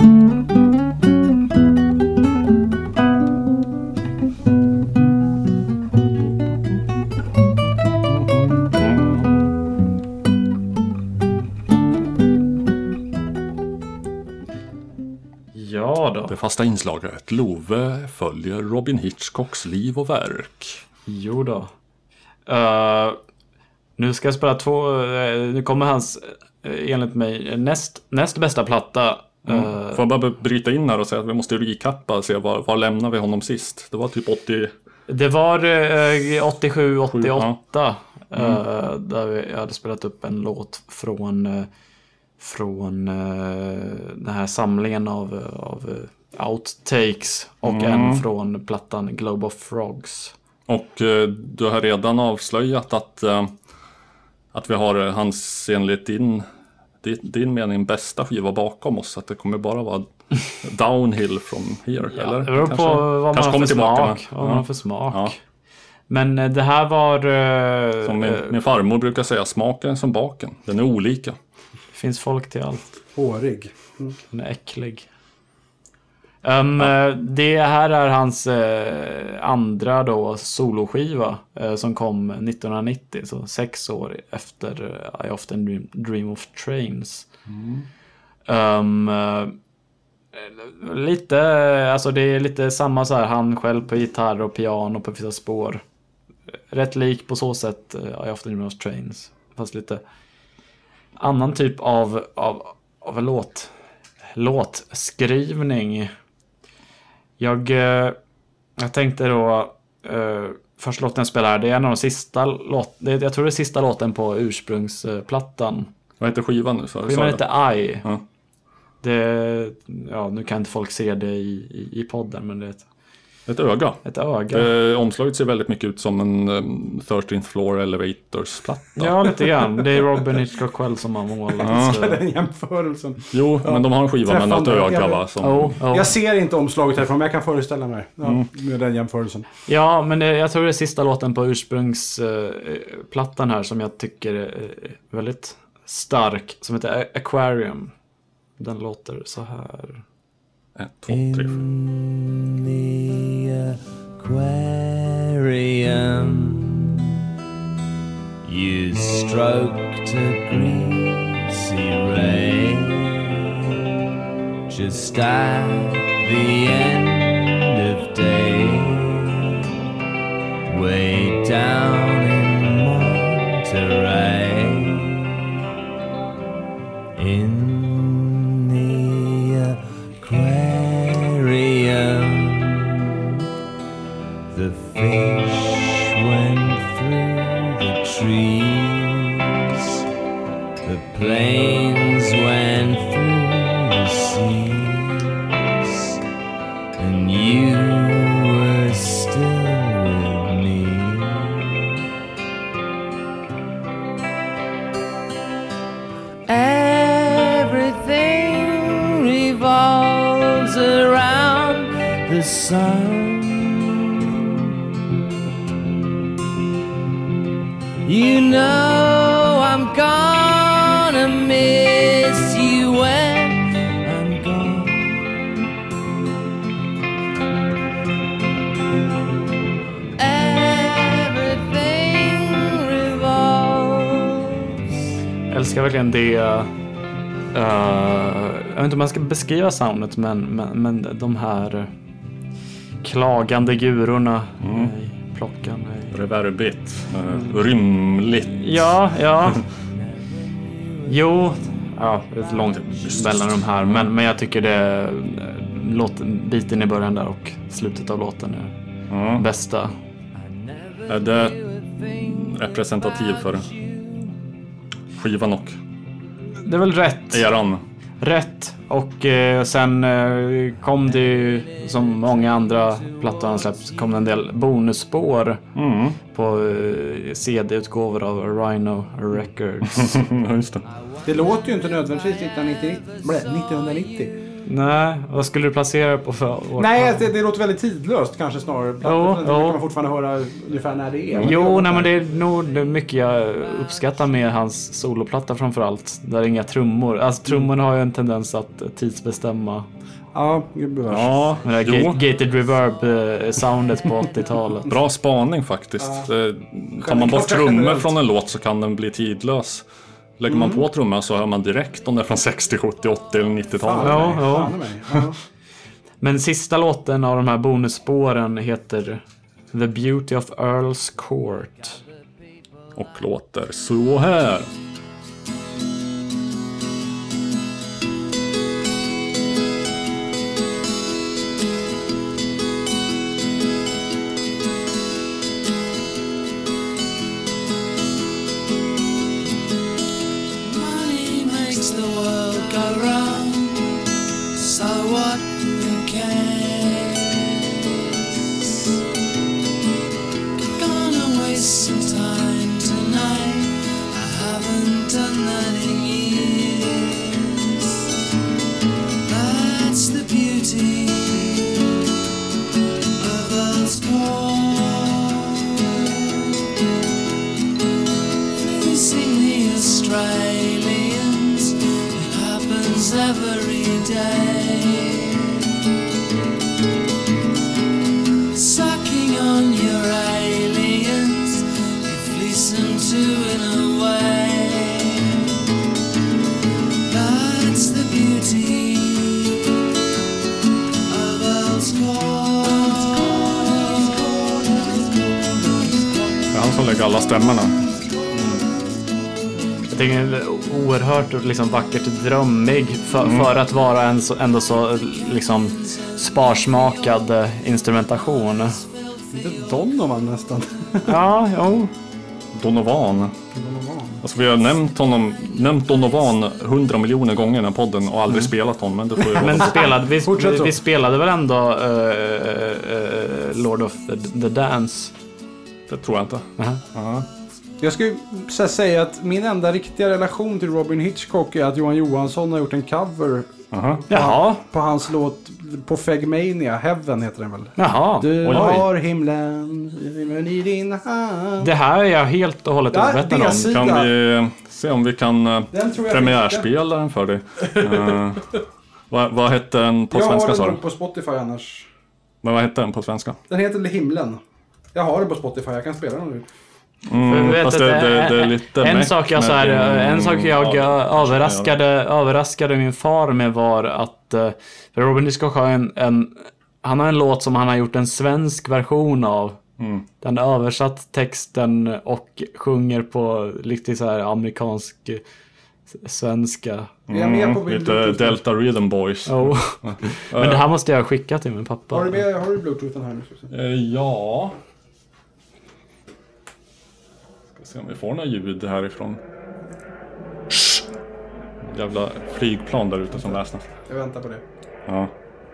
Ja då. Det fasta inslaget Love följer Robin Hitchcocks liv och verk. Jo då. Nu ska jag spela 2. Nu kommer hans, enligt mig, näst bästa platta. Får jag bara bryta in här och säga att vi måste recappa och se var lämnar vi honom sist. Det var typ 80... Det var 87-88. Där jag hade spelat upp en låt från den här samlingen av outtakes och en från plattan Globe of Frogs. Och du har redan avslöjat att vi har hans enligt din mening bästa skiva bakom oss, att det kommer bara vara downhill from here, eller? Det beror på vad man har för smak. Ja. Men det här var... som min farmor brukar säga, smaken som baken. Den är olika. Det finns folk till allt. Hårig. Den är äcklig. Det här är hans andra då soloskiva som kom 1990, så 6 år efter I Often Dream of Trains. Lite, alltså det är lite samma så här, han själv på gitarr och piano på vissa spår. Rätt lik på så sätt I Often Dream of Trains, fast lite annan typ av låtskrivning. Jag tänkte då första låten jag spelar här, det är en av de sista jag tror det är sista låten på ursprungsplattan. Vad heter skivan nu? Skivan heter I. Ja. Nu kan inte folk se det i podden, men det är ett öga. Ett öga. Omslaget ser väldigt mycket ut som en 13th Floor Elevators-platta. Ja, lite grann. Det är Robin Hitchcock som har målat. Den jämförelsen. Jo, men de har en skiva med något öga, va? Jag ser inte omslaget härifrån, men jag kan föreställa mig med den jämförelsen. Ja, men jag tror det är sista låten på ursprungsplattan här som jag tycker är väldigt stark, som heter Aquarium. Den låter så här. 1, 2, 3. In the aquarium you stroked a greasy ray just at the end of day way down in Monterey. In the fish went through the trees, the planes went through the seas, and you were still with me. Everything revolves around the sun. You know I'm gonna miss you when I'm gone. Everything revolves. Jag älskar verkligen det. Jag vet inte om man ska beskriva soundet, men de här klagande gurorna i plockan. Reverbigt, rymligt. Ja. Jo, det är långt mellan de här, men jag tycker det biten i början där och slutet av låten är bästa. Är det representativ för skivan och det är väl rätt. Eran. Rätt. Och sen kom det ju, som många andra plattor han släppt, kom en del bonusspår på CD-utgåvor av Rhino Records. Just det. Det låter ju inte nödvändigtvis 1990. Nej, vad skulle du placera på för år? Nej, det låter väldigt tidlöst kanske snarare. Kan man fortfarande höra ungefär när det är. Men det är nog mycket jag uppskattar med hans soloplatta framförallt. Där är inga trummor. Alltså trummorna har ju en tendens att tidsbestämma. Ja, med det gated reverb-soundet på 80-talet. Bra spaning faktiskt. Tar man bort trummor från en låt så kan den bli tidlös. Lägger man på trummor så hör man direkt om det är från 60, 70, 80 eller 90-talet. Ja. Men sista låten av de här bonusspåren heter The Beauty of Earl's Court. Och låter så här. Som lägger alla stämmorna. Jag tänker oerhört liksom vackert drömmig för att vara en ändå så liksom sparsmakad instrumentation. Lite Donovan nästan. Ja, jo. Donovan. Alltså vi har nämnt Donovan 100 miljoner gånger i den här podden och aldrig spelat honom, men det får ju Men vi spelade väl ändå Lord of the Dance? Det tror jag inte. Jag skulle säga att min enda riktiga relation till Robin Hitchcock är att Johan Johansson har gjort en cover på hans låt på Fegmania. Heaven heter den väl? Jaha. Du har himlen i din hand. Det här är jag helt och hållet ovetande om. Kan vi se om vi kan premiärspela den för dig? Vad hette den på svenska? Jag har den på Spotify annars. Men vad hette den på svenska? Den heter Himlen. Jag har den på Spotify, jag kan spela den nu. Fast det är lite en sak jag överraskade min far med var att Robin Hitchcock har han har en låt som han har gjort en svensk version av. Den översatt texten och sjunger på lite så här amerikansk svenska. Lite Delta Rhythm Boys. Men det här måste jag skicka till min pappa. Har du Bluetoothen här nu? Ja. Se om vi får några ljud härifrån. Shh! Jävla flygplan där ute som väsnas. Jag väntar på det. Ja.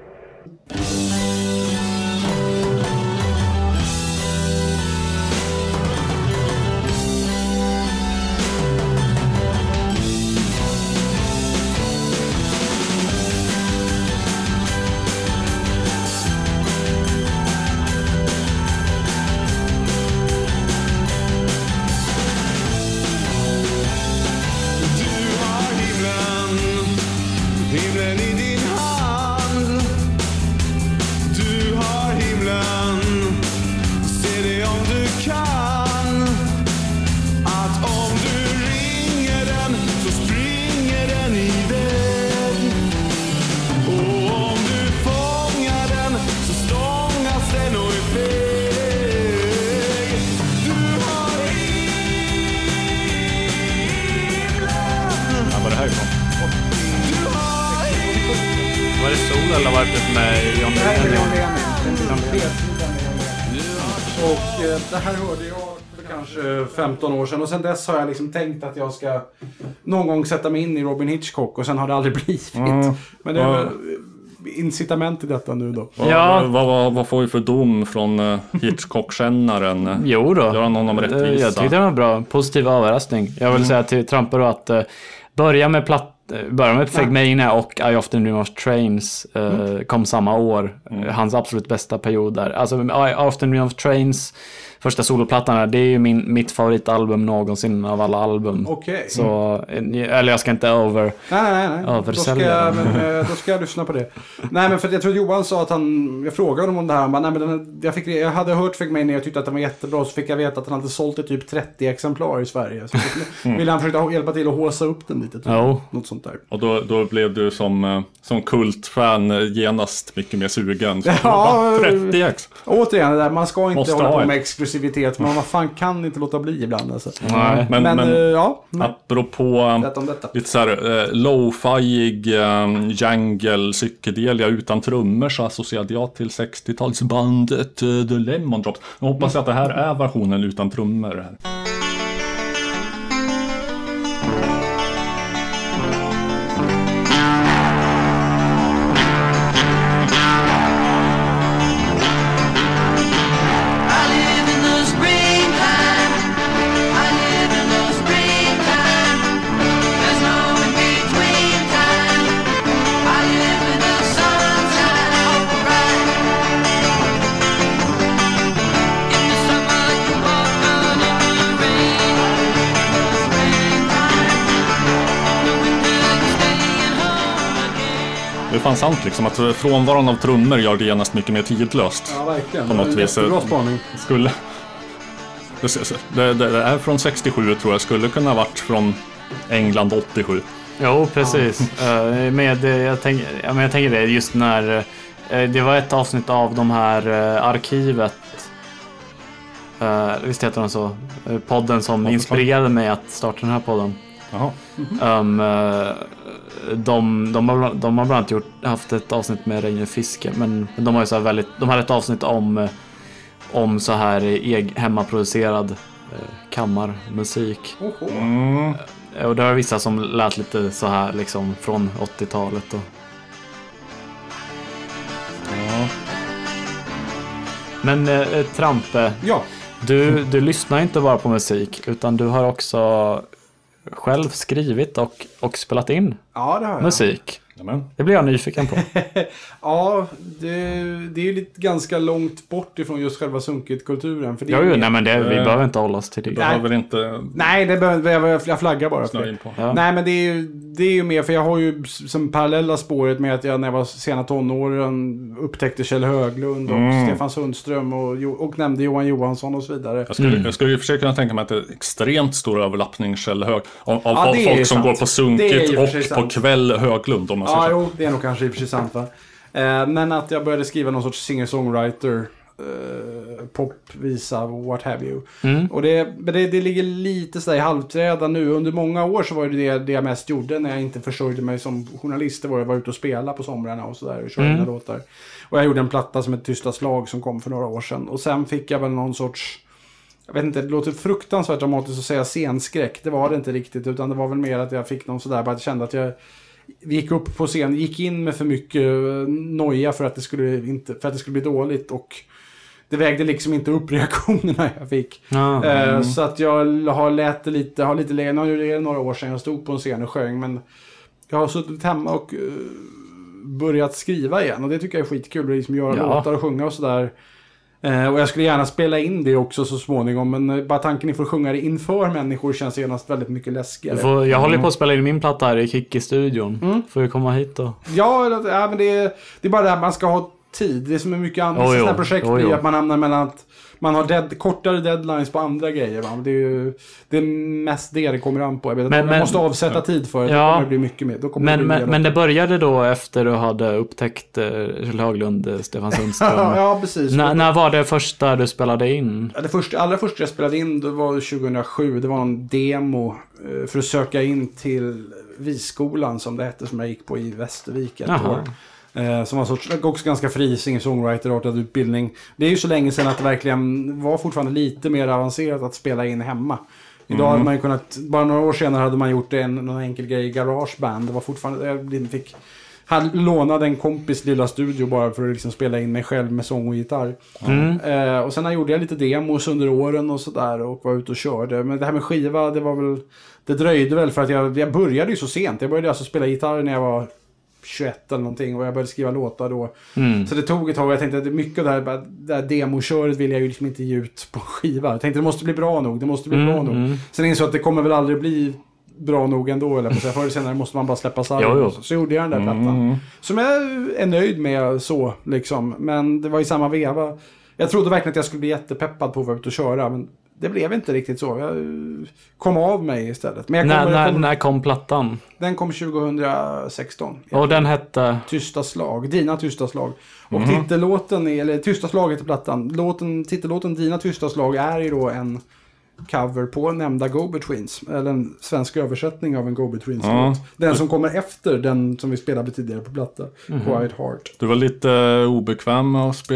Himlen i din hand. Du har himlen. Se det om du kan. Att om du ringer den så springer den iväg. Och om du fångar den så stångas den och iväg. Du har himlen. Ja, vad är det här ifrån? Var det sol eller var det med John Och det här hörde jag för kanske 15 år sedan. Och sen dess har jag liksom tänkt att jag ska någon gång sätta mig in i Robin Hitchcock. Och sen har det aldrig blivit. Men det är väl incitament till detta nu då. Vad får vi för dom från Hitchcock-kännaren? Jo då. Gör han honom rättvisa? Jag tyckte det var bra. Positiv överraskning. Jag vill säga till Tramper att börja med Fegmania och I Often Dream of Trains kom samma år. Hans absolut bästa period där. Alltså I Often Dream of Trains, första soloplattan, det är ju mitt favoritalbum någonsin av alla album. Okej. Så, eller jag ska inte översälja Nej. Då ska jag lyssna på det. Nej, men för jag tror att Johan sa att jag frågade honom om det här. Han bara, nej, men jag hade hört Fegmania och jag tyckte att den var jättebra. Så fick jag veta att han hade sålt i typ 30 exemplar i Sverige. Så ville han försöka hjälpa till att håsa upp den lite. Något sånt där. Och då blev du som kultfan genast mycket mer sugen. Så 30 ex. Återigen, det där, man ska inte hålla på med exklusivitet. Men vad fan kan inte låta bli ibland alltså. Nej, men apropå detta. lite så här lo-fiig jungle psykedelia utan trummor, så associerade jag till 60-talsbandet The Lemon Drops. Jag hoppas att det här är versionen utan trummor här. Det är fan sant liksom att frånvaron av trummor gör det genast mycket mer tidlöst. Ja, verkligen. På något vis. Bra spaning. Det är från 67 tror jag. Skulle kunna ha varit från England 87. Jo, precis. Jag tänker det just när det var ett avsnitt av de här arkivet. Visst heter den så? Podden som inspirerade mig att starta den här podden. Jaha. De har bland annat haft ett avsnitt med Reine Fiske, men de har ju så här de hade ett avsnitt om så här hemmaproducerad kammarmusik. Och det var vissa som lät lite så här liksom från 80-talet då. Ja. Men Trampe, Ja. du lyssnar inte bara på musik, utan du har också själv skrivit och spelat in Ja, det har jag. musik. Jamen. Det blir jag nyfiken på. Ja, det är ju lite ganska långt bort ifrån just själva sunkigt-kulturen. För det är Jo, mer- nej men vi behöver inte hålla oss till det. Behöver inte Nej, det behöver jag flaggar bara för. snöa in på. Ja. Nej, men det är ju mer, för jag har ju som parallella spåret med att jag när jag var sena tonåren upptäckte Kjell Höglund och Stefan Sundström och nämnde Johan Johansson och så vidare. Jag skulle ju försöka tänka mig att det är extremt stor överlappning Kjell av Ja, det är folk som sant. går på Det är i sunkigt och för sig och på sant. kväll Höglund om man säger Ja, så. jo, det är nog kanske i och för sig sant, va? Men att jag började skriva någon sorts singer-songwriter, popvisa, what have you. Och det ligger lite sådär i halvträda nu. Under många år så var det jag mest gjorde när jag inte försörjde mig som journalist. Det var att jag var ute och spela på somrarna och sådär och körde mina låtar. Och jag gjorde en platta som ett Tysta slag som kom för några år sedan. Och sen fick jag väl någon sorts, jag vet inte, det låter fruktansvärt dramatiskt att säga scenskräck. Det var det inte riktigt, utan det var väl mer att jag fick någon sådär, bara att jag kände att jag gick upp på scen, gick in med för mycket noja för att det skulle bli dåligt, och det vägde liksom inte upp reaktionerna jag fick. Så att jag har lite längre, nu är det några år sedan jag stod på en scen och sjöng, men jag har suttit hemma och börjat skriva igen, och det tycker jag är skitkul att liksom göra låtar och sjunga och sådär. Och jag skulle gärna spela in det också så småningom, men bara tanken ifrån att sjunga det inför människor känns genast väldigt mycket läskigare. Jag håller på att spela in min platta här i Kicki-studion. Får du komma hit då? Ja, men det är bara det att man ska ha tid. Det är som är mycket annat sådana projekt blir att man hamnar mellan att man har kortare deadlines på andra grejer. Va? Det är mest det kommer an på. Jag vet att man måste avsätta tid för det. Då kommer det bli mycket mer. Men det började då efter du hade upptäckt Kjell Höglund, Stefan Sundström. Ja, precis. När var det första du spelade in? Ja, allra första jag spelade in det var 2007. Det var en demo för att söka in till Visskolan som det hette, som jag gick på i Västervik ett år. Som var också ganska fri singer-songwriter-artad utbildning. Det är ju så länge sedan att det verkligen var fortfarande lite mer avancerat att spela in hemma. Idag hade man ju kunnat, bara några år senare hade man gjort någon enkel grej i GarageBand. Det var fortfarande, jag lånade en kompis lilla studio bara för att liksom spela in mig själv med sång och gitarr. Och sen gjorde jag lite demos under åren och sådär och var ute och körde. Men det här med skiva, det dröjde väl för att jag började ju så sent. Jag började alltså spela gitarr när jag var 21 eller någonting, och jag började skriva låtar då. Så det tog ett tag, och jag tänkte att mycket av det här demoköret vill jag ju liksom inte ge ut på skiva. Jag tänkte det måste bli bra nog, Sen insåg jag att det kommer väl aldrig bli bra nog ändå, eller förr eller senare måste man bara släppa sargen. Så gjorde jag den där plattan. Som jag är nöjd med så, liksom. Men det var i samma veva. Jag trodde verkligen att jag skulle bli jättepeppad på att vara ute och köra, men det blev inte riktigt så. Jag kom av mig istället. Men när kom plattan? Den kom 2016. Och den hette? Tysta slag. Dina tysta slag. Och titellåten, eller Tysta slag heter plattan. Titellåten Dina tysta slag är ju då en cover på nämnda Go-Betweens. Eller en svensk översättning av en Go-Betweens-låt. Den som kommer efter den som vi spelade tidigare på platta. Quiet Heart. Du var lite obekväm med att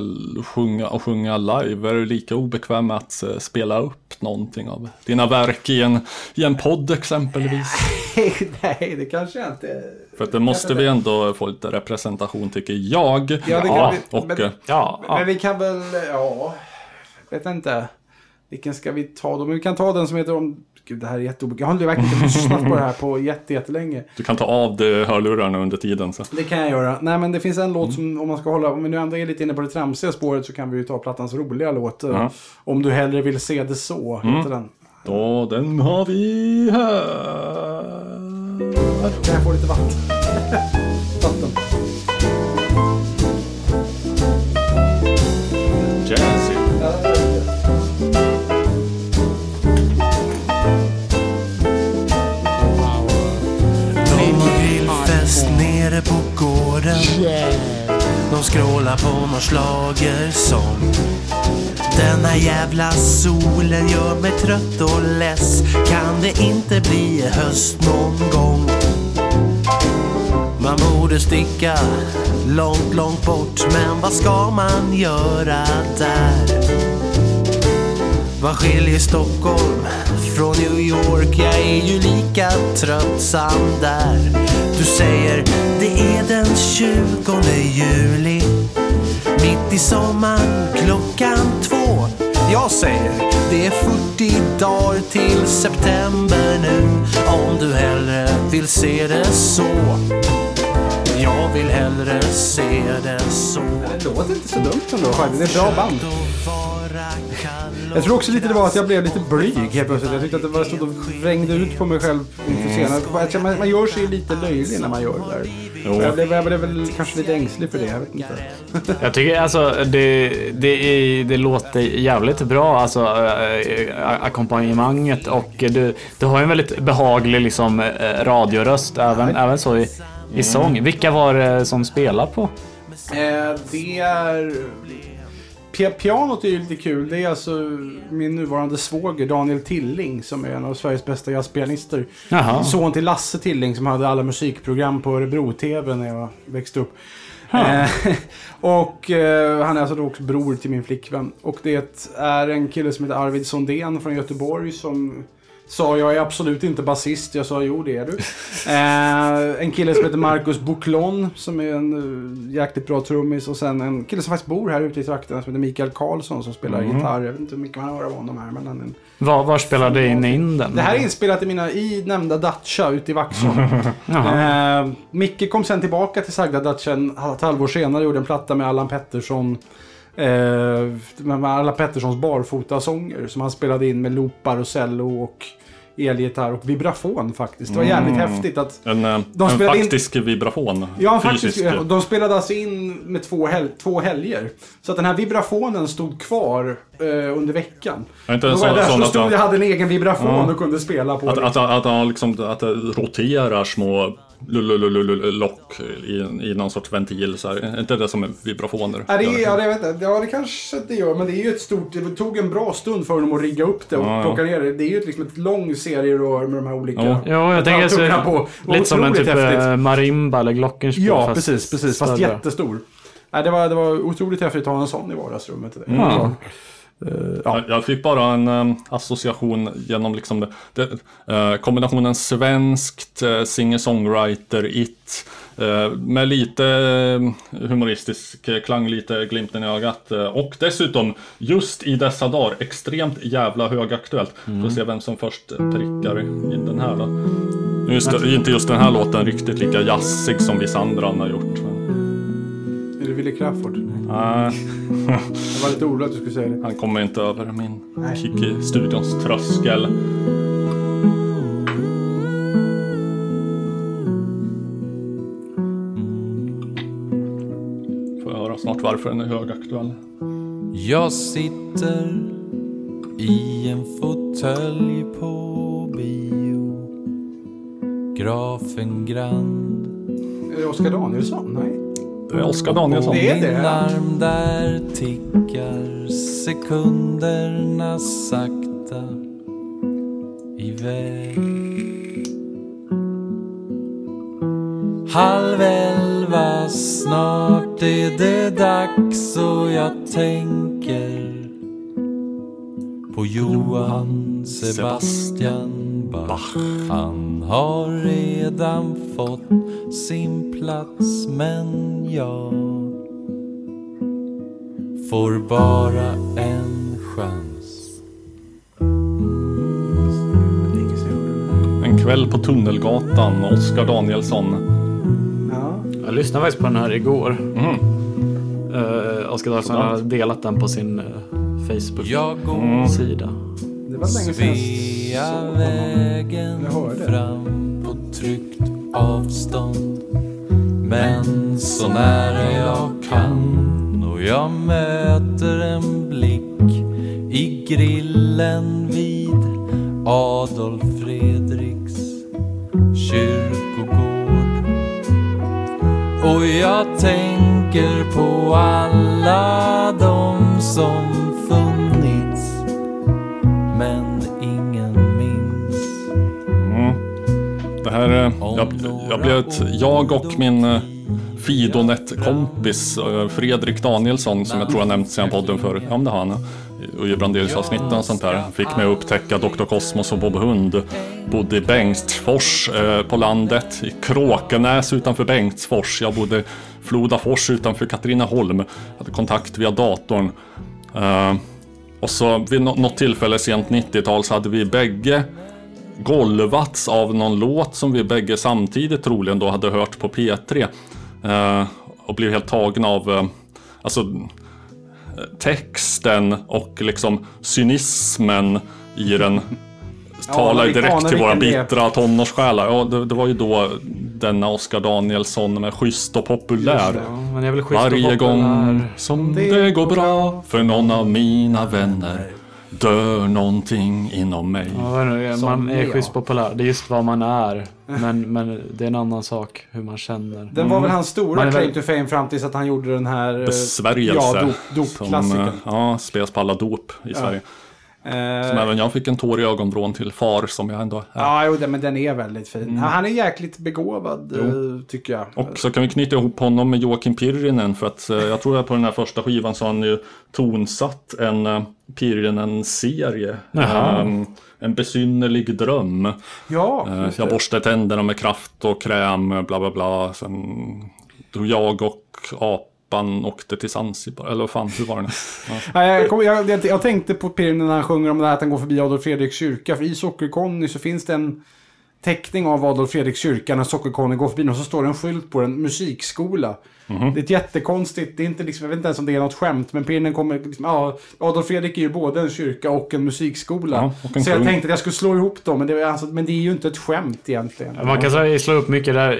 sjunga live. Är du lika obekväm med att spela upp någonting av dina verk i en podd exempelvis? Nej, det kanske jag inte. För att det måste vi ändå få lite representation, tycker jag. Men vi kan väl, vet inte. Vilken ska vi ta då? Men vi kan ta den som heter Gud, det här är jätteobekvämt. Jag har verkligen inte lyssnat på det här på jättelänge. Du kan ta av det hörlurarna under tiden. Så. Det kan jag göra. Nej, men det finns en låt som, om vi nu ändå är lite inne på det tramsiga spåret, så kan vi ju ta plattans roliga låt. Om du hellre vill se det så, heter den. Då, den har vi här. Kan jag få lite vatten? Vatten. Jazzy. Grillfest nere på gården. De skrålar på någon schlagersång. Den här jävla solen gör mig trött och less. Kan det inte bli höst någon gång? Man borde sticka långt, långt bort. Men vad ska man göra där? Vad skiljer Stockholm från New York? Jag är ju lika tröttsam där. Du säger det är den 20 juli, mitt i sommaren klockan 2. Jag säger det är 40 dagar till september nu. Om du hellre vill se det så. Jag vill hellre se det så. Det låter inte så dumt ändå faktiskt. Det är ett bra band. Jag tror också lite det var att jag blev lite blyg helt plötsligt. Jag tyckte att det var så att vrängde ut på mig själv inför scenen. Man gör sig lite löjlig när man gör det där. Jag blev väl kanske lite ängslig för det, jag vet inte. Jag tycker alltså det låter jävligt bra, alltså ackompanjemanget, och du har en väldigt behaglig liksom radioröst även så i sång. Vilka var det som spelar på? Det är... Pianot är ju lite kul. Det är alltså min nuvarande svåger Daniel Tilling, som är en av Sveriges bästa jazzpianister. Son till Lasse Tilling, som hade alla musikprogram på Örebro-TV när jag växte upp. Och han är alltså då också bror till min flickvän. Och det är en kille som heter Arvid Sondén från Göteborg som sa jag är absolut inte basist. Jag sa jo, det är du. En kille som heter Marcus Bouclon som är en jäkligt bra trummis. Och sen en kille som faktiskt bor här ute i trakten som heter Mikael Karlsson som spelar gitarr. Jag vet inte hur mycket man hör av honom här. Men var spelade in den? Det här är inspelat i nämnda Dacia ute i Vaxholm. Micke kom sen tillbaka till sagda Dacia ett halvår senare och gjorde en platta med Allan Pettersson. Med Allan Petterssons barfota-sånger som han spelade in med loopar och cello och elgitarr och vibrafon faktiskt. Det var jävligt häftigt att en faktisk vibrafon. Ja, faktiskt. De spelade alltså in med två helger. Så att den här vibrafonen stod kvar under veckan. Inte då var jag där så stod jag hade en egen vibrafon och kunde spela på att det roterar små lock i någon sorts ventil så här. Inte det som är vibrafoner. Det kanske det gör, men det är ju ett stort, det tog en bra stund för dem att rigga upp det och plocka ner det. Det är ju liksom ett lång serierör med de här olika. Ja, jag tänker så lite som en typ marimba eller glockenspel. Ja, precis, fast jättestor. Nej, det var otroligt häftigt att ha en sån i vardagsrummet. Jag fick bara en association genom liksom kombinationen svenskt singer-songwriter med lite humoristisk klang, lite glimten i ögat, och dessutom just i dessa dagar extremt jävla högaktuellt. Får se vem som först prickar in den här då. Inte just den här låten riktigt lika jazzig som vissa andra har gjort. Är det Wille Crafoord? Nej. Jag var lite orolig att du skulle säga det. Han kommer inte över min Kiki-studions tröskel. Får jag höra snart varför den är högaktuell. Jag sitter i en fåtölj på bio. Grafen Grand. Är det Oscar Danielsson? Nej. Det är Oscar Danielsson. Det är det. Min arm där tickar sekunderna sakta iväg. 10:30, snart är det dags och jag tänker på Johann Sebastian Bach. Han har redan fått sin plats, men jag får bara en chans. En kväll på Tunnelgatan, Oscar Danielsson. Jag lyssnade faktiskt på den här igår. Oscar Danielsson har delat den på sin Facebook-sida. Det var länge sedan. Svea vägen fram på tryggt avstånd, men så nära jag kan, och jag möter en blick i grillen vid Adolf Fredriks kyrkogård. Och jag tänker tänker på alla de som funnits, men ingen minns. Det här, jag och min Fidonet-kompis Fredrik Danielsson, som jag tror jag nämnt sedan podden för, ja men det har han, och i Brandelius-avsnitten och sånt där, fick mig att upptäcka Dr. Cosmos och Bob Hund. Bodde i Bengtsfors på landet, i Kråkenäs utanför Bengtsfors. Jag bodde Flodafors utanför Katrineholm. Hade kontakt via datorn. Och så vid något tillfälle sent 90-tal så hade vi bägge golvats av någon låt som vi bägge samtidigt troligen då hade hört på P3. Och blev helt tagna av texten och liksom cynismen i den. Talar direkt till våra bittra tonårssjälar. Ja, det var ju då denna Oscar Danielsson med Schysst och populär. Men jag vill varje gång som det går bra för någon av mina vänner dör någonting inom mig. Ja, man är schysst populär. Det är just vad man är. Men det är en annan sak hur man känner. Den var väl hans stora claim to fame fram tills att han gjorde den här besvärjelse. Dopklassiken. Ja, spelas på alla dop i Sverige. Som även jag fick en tår i ögonvrån till far som jag ändå är. Ja, men den är väldigt fin. Han är jäkligt begåvad, tycker jag. Och så kan vi knyta ihop honom med Joakim Pirinen, för att jag tror att på den här första skivan så har han ju tonsatt en Pirinen-serie. En besynnerlig dröm. Ja, jag borstade tänderna med kraft och kräm, bla bla bla. Sen drog jag och apan åkte till Zanzibar, eller vad fan, hur var det? Ja. Jag tänkte på Pirinen när han sjunger om det här att han går förbi Adolf Fredriks kyrka, för i Socker-Conny så finns det en teckning av Adolf Fredriks kyrka när Socker-Conny går förbi och så står det en skylt på en musikskola. Det är ett jättekonstigt, det är inte liksom, jag vet inte ens om det är något skämt, men Pirinen kommer liksom, Adolf Fredrik är ju både en kyrka och en musikskola. Så jag tänkte att jag skulle slå ihop dem, men det är ju inte ett skämt egentligen. Man kan säga slå upp mycket där,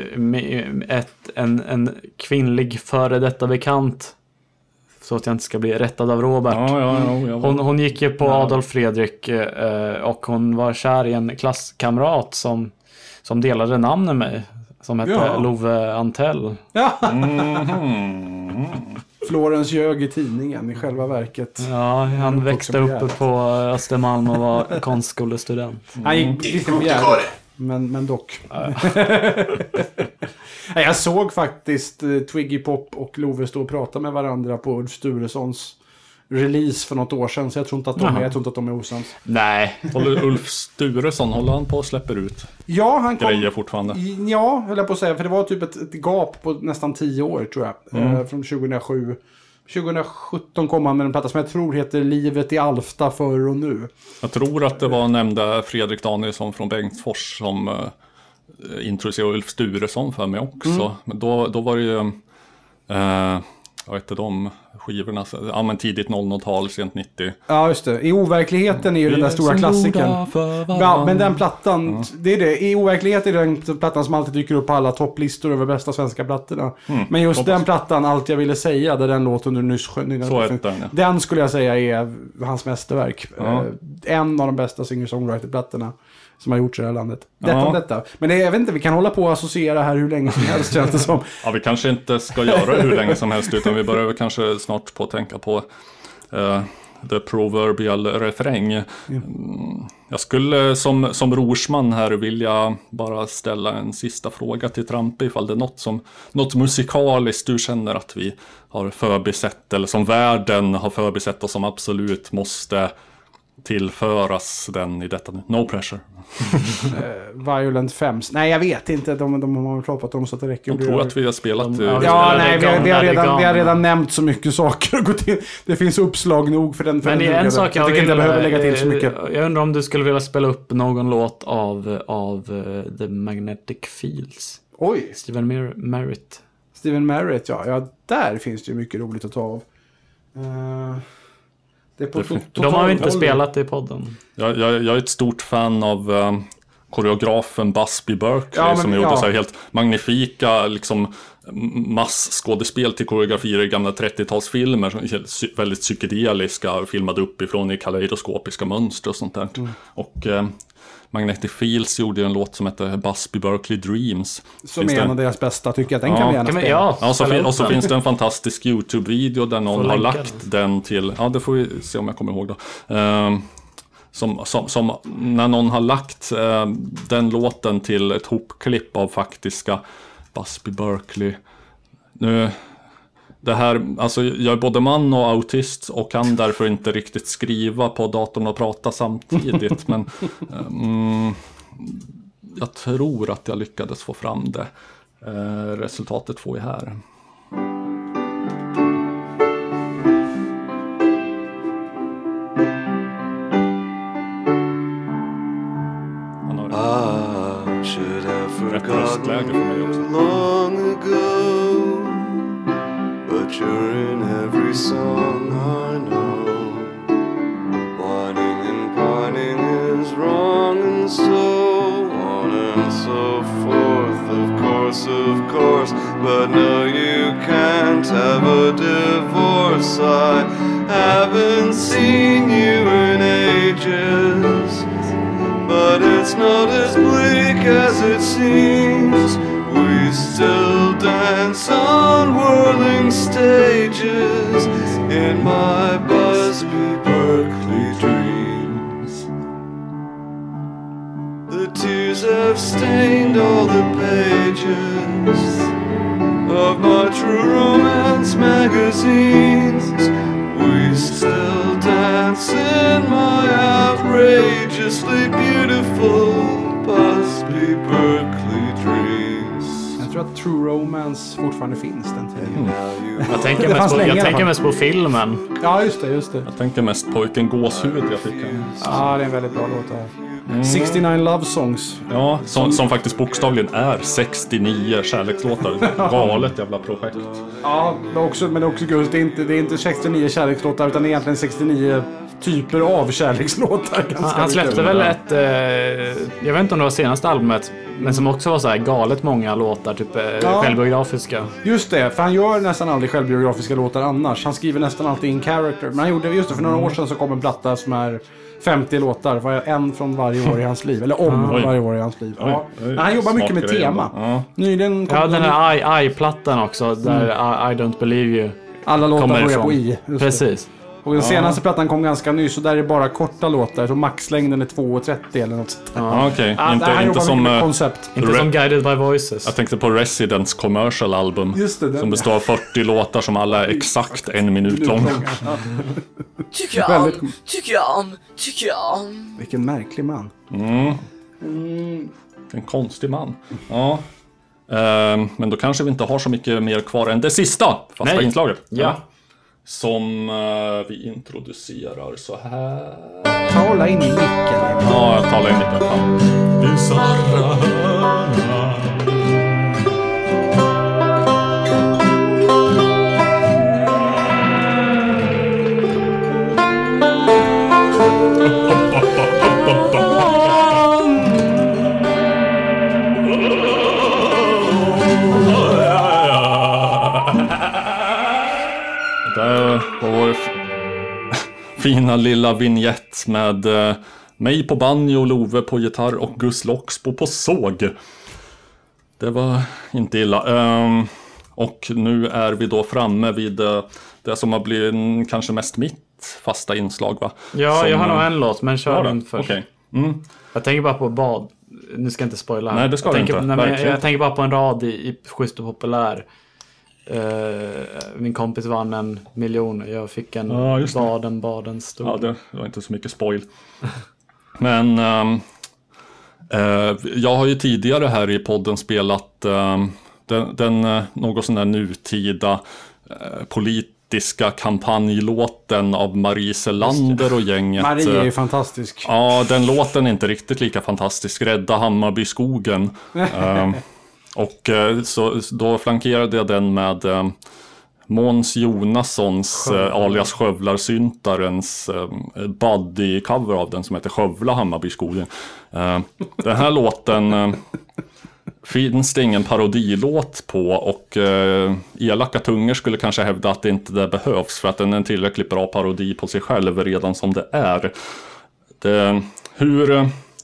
en kvinnlig före detta bekant, så att jag inte ska bli rättad av Robert. Hon gick ju på Adolf Fredrik och hon var kär i en klasskamrat som delade namn med mig, som hette Love Antell. Florens ljög i tidningen i själva verket. Ja, han växte upp på Östermalm och var konstskolestudent. Han gick lite på men dock. Jag såg faktiskt Twiggy Pop och Love stå och prata med varandra på Ulf Sturessons release för något år sedan, så jag tror inte att de är osams. Nej. Ulf Sturesson, håller han på och släpper ut han grejer fortfarande? Ja, höll jag på att säga, för det var typ ett gap på nästan 10 år tror jag. Från 2007. 2017 kom han med en platta som jag tror heter Livet i Alfta för och nu. Jag tror att det var nämnda Fredrik Danielsson från Bengtsfors som introducerade Ulf Sturesson för mig också. Men då var det ju jag vet inte, de skivorna, men tidigt 00-tal, sent 90. Ja, just det. I overkligheten är ju den där stora klassiken. Ja, men den plattan, det är det. I overklighet är den plattan som alltid dyker upp på alla topplistor över bästa svenska plattorna. Men just den plattan, Allt jag ville säga, där den låten du nyss sjöng, den skulle jag säga är hans mästerverk. En av de bästa singer-songwriter-plattorna som har gjorts i det här landet. Detta. Men jag vet inte, vi kan hålla på och associera här hur länge som helst, känns det som. Ja, vi kanske inte ska göra hur länge som helst, utan vi börjar kanske snart på att tänka på the proverbial refräng. Jag skulle som rorsman här vilja bara ställa en sista fråga till Trampe, ifall det är något musikaliskt du känner att vi har förbisett, eller som världen har förbisett och som absolut måste tillföras den i detta. No pressure. Violent Femmes. Nej, jag vet inte. De har pratat om så att det räcker. Jag tror att vi har spelat. Vi har redan nämnt så mycket saker. Det finns uppslag nog för den. Men det är en sak jag behöver lägga till så mycket. Jag undrar om du skulle vilja spela upp någon låt av The Magnetic Fields. Oj. Stephen Merritt. Stephen Merritt, ja. Där finns det ju mycket roligt att ta av. De har vi inte spelat i podden. Jag är ett stort fan av koreografen Busby Berkeley, som gjorde så här helt magnifika liksom massskådespel till koreografier i gamla 30-talsfilmer som är väldigt psykedeliska, filmade uppifrån i kaleidoskopiska mönster och sånt där. Och Magnetic Fields gjorde en låt som heter Busby Berkeley Dreams. Som är en av deras bästa, tycker jag. Den kan vi gärna spela. Och så finns det en fantastisk YouTube-video där någon har lagt den till... Ja, det får vi se om jag kommer ihåg då. Som när någon har lagt den låten till ett hopklipp av faktiska Busby Berkeley. Nu... Det här, alltså jag är både man och autist och kan därför inte riktigt skriva på datorn och prata samtidigt. Men jag tror att jag lyckades få fram det. Resultatet får vi här. I should have forgotten long ago. But you're in every song I know. Whining and pining is wrong, and so on and so forth. Of course, but no, you can't have a divorce. I haven't seen you in ages, but it's not as bleak as it seems. We still dance on whirling stages in my Busby Berkeley dreams. The tears have stained all the pages of my true romance magazines. We still dance in my outrageously beautiful Busby Berkeley dreams. Jag tror att True Romance fortfarande finns den tiden. Jag tänker mest på filmen. Ja, just det. Jag tänker mest på vilken gåshud jag fick. Ja, det är en väldigt bra låt här. 69 Love Songs. Ja, som faktiskt bokstavligen är 69 kärlekslåtar. Galet jävla projekt. Ja, men det är också gulligt. Det är inte 69 kärlekslåtar, utan det är egentligen 69 typer av kärlekslåtar. Han släppte väl ett, jag vet inte om det var senaste albumet, men som också var så här galet många låtar, typ självbiografiska. Just det, för han gör nästan aldrig självbiografiska låtar annars. Han skriver nästan alltid in character. Men han gjorde just det, för några år sedan så kom en platta som är 50 låtar, en från varje år i hans liv. Eller varje år i hans liv. Ja. Han jobbar mycket med tema. Nyligen kom den här I-plattan också, där I Don't Believe You. Alla låtar börjar på I. Precis. Och den senaste plattan kom ganska ny, så där är bara korta låtar. Så maxlängden är 2:30 eller något sånt. Ja, okej. Inte som koncept. Inte som Guided by Voices. Jag tänkte på Residents commercial album. Just det, som består av 40 låtar som alla är exakt 1 minut långa. Tycker jag om. Vilken märklig man. En konstig man. Ja. Men då kanske vi inte har så mycket mer kvar än det sista fasta inslaget. Ja. Som vi introducerar så här. Tala in i micken. Ja, jag talar in i micken. Bizarra hörna. Det var vår fina lilla vignett med mig på banjo, Love på gitarr och Gus Loxbo på såg. Det var inte illa. Och nu är vi då framme vid det som har blivit kanske mest mitt fasta inslag, va? Ja, som, jag har nog en låt, men kör den först. Okay. Jag tänker bara på bad. Nu ska jag inte spoila. Nej, det ska jag inte. Jag tänker bara på en rad i Schysst och populär. Min kompis vann 1 miljon. Jag fick en baden stor. Ja, det var inte så mycket spoil. Men jag har ju tidigare här i podden spelat den något sån där nutida politiska kampanjlåten av Marie Selander och gänget. Marie är ju fantastisk. Ja, den låten är inte riktigt lika fantastisk. Rädda Hammarby skogen. Och så då flankerade jag den med Måns Jonassons alias Skövlarsyntarens buddy-cover av den som heter Skövla Hammarby skogen. Den här låten finns det ingen parodilåt på, och elaka tungor skulle kanske hävda att det inte det behövs, för att den är en tillräckligt bra parodi på sig själv redan som det är.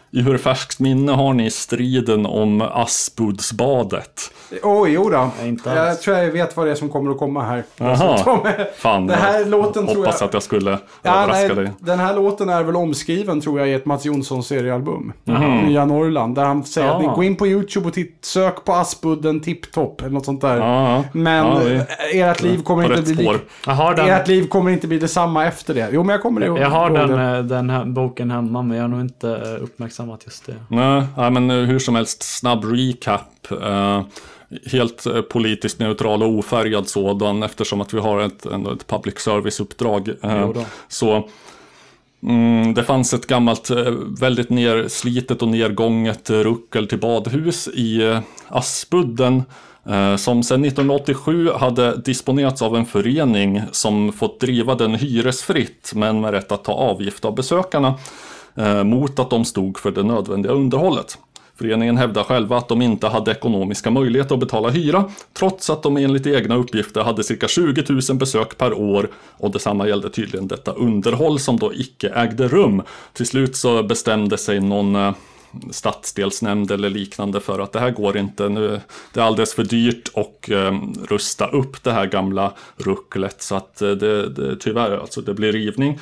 I hur färskt minne har ni striden om Aspudsbadet? Jo då. Jag tror jag vet vad det är som kommer att komma här. Aha. Fan, den här låten tror jag... Hoppas att jag skulle överraska dig. Den här låten är väl omskriven tror jag i ett Mats Jonsson seriealbum. Nya Norrland. Där han säger att ni går in på YouTube och sök på Aspudden Tipptopp eller något sånt där. Men ert liv kommer inte bli ert liv kommer inte bli detsamma efter det. Jo, men jag kommer Jag har den här boken hemma, men jag har nog inte uppmärksammat just det. Nej, men hur som helst, snabb recap. Helt politiskt neutral och ofärgad sådan, eftersom att vi har ett public service-uppdrag. Så det fanns ett gammalt, väldigt nerslitet och nergånget ruckel till badhus i Aspudden som sedan 1987 hade disponerats av en förening som fått driva den hyresfritt, men med rätt att ta avgift av besökarna mot att de stod för det nödvändiga underhållet. Föreningen hävdar själva att de inte hade ekonomiska möjligheter att betala hyra, trots att de enligt egna uppgifter hade cirka 20 000 besök per år, och detsamma gällde tydligen detta underhåll som då icke ägde rum. Till slut så bestämde sig någon stadsdelsnämnd eller liknande för att det här går inte nu, det är alldeles för dyrt och rusta upp det här gamla rucklet, så att det tyvärr, alltså det blir rivning.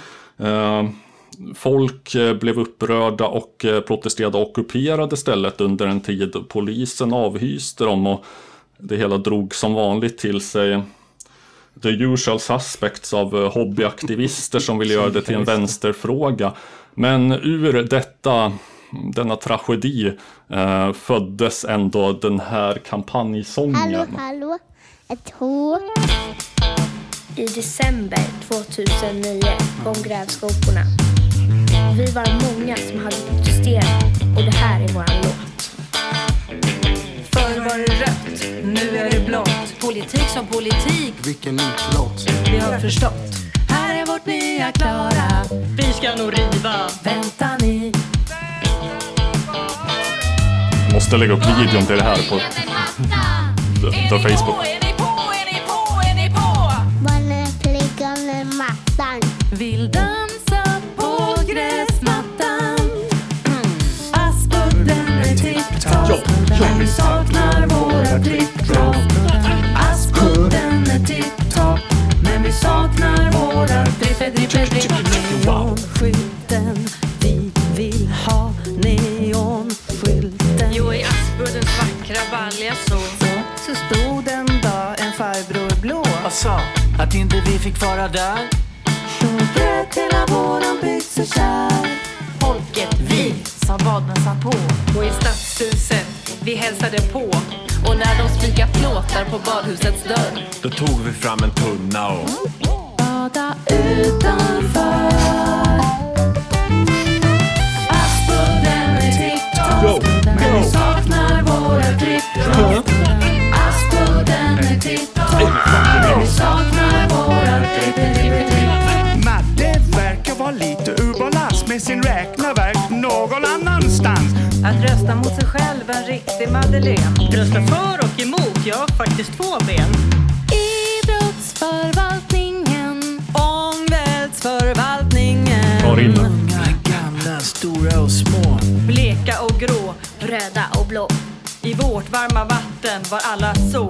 Folk blev upprörda och protesterade och ockuperade stället under en tid. Polisen avhyste dem och det hela drog som vanligt till sig the usual suspects av hobbyaktivister som ville göra det till en vänsterfråga. Men ur denna tragedi föddes ändå den här kampanjsången. Hallå, ett hår. I december 2009 kom grävskoporna. Vi var många som hade protesterat och det här är våran låt. Förr var det rött, nu är det blått. Politik som politik, vilken nitlott. Vi har förstått. Här är vårt nya klara. Vi ska nog riva. Vänta ni. Måste lägga upp videon till det här på Facebook. Vill dansa på gräsmattan. Aspudden är tipptopp, men vi saknar våra tripptopp. Aspudden är tipptopp, men vi saknar våra neonskylten. Vi vill ha neonskylten. Jo, i Aspuddens vackra balja så stod en dag en farbror blå och sa att inte vi fick vara där. Så bröt hela våran byxekär. Folket, vi sa badmössan på. Och i stadshuset, vi hälsade på. Och när de spikade plåtar på badhusets dörr, då tog vi fram en tunna och bada utanför. Aspudden är tipptopp, men vi saknar våra tripptopp. Aspudden är tipptopp, men vi saknar våra tripptopp. Madde verkar vara lite ur balans med sin räknaverk någon annanstans. Att rösta mot sig själv är en riktig Madeleine. Rösta för och emot, jag har faktiskt 2 ben. Idrottsförvaltningen, ångvältsförvaltningen. Unga, gamla, stora och små. Bleka och grå, röda och blå. I vårt varma vatten var alla så.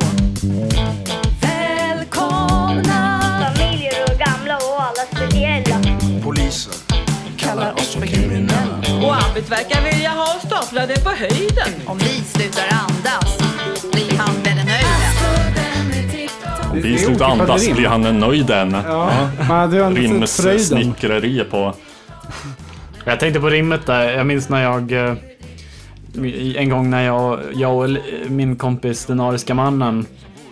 Välkomna. Familjer och gamla och alla speciella. Polisen kallar oss för kriminella. Och Ambit verkar vilja ha oss staplade på höjden. Om vi slutar andas blir han väl nöjd. Om vi slutar andas blir han nöjd än. Rimssnickreri på. Jag tänkte på rimmet där. Jag minns när en gång när jag och min kompis den ariska mannen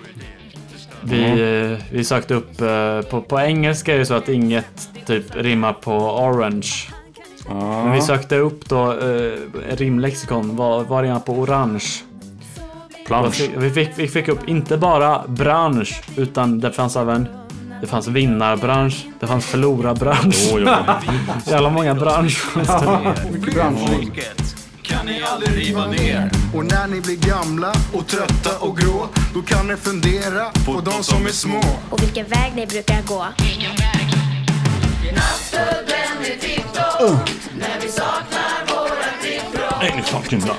vi sökte upp på engelska är det så att inget typ rimmar på orange. Men vi sökte upp då rimlexikon var det på orange. Plansch. Vi fick upp inte bara bransch, utan det fanns vinnarbransch, det fanns förlorarbransch. Jävla många branscher. Mycket branscher. Kan ni aldrig riva ner. Och när ni blir gamla och trötta och grå, då kan ni fundera på de som är små. Och vilken väg ni brukar gå. Aspudden är tipptopp, när vi saknar våra tipptopp. Ain't fucking love.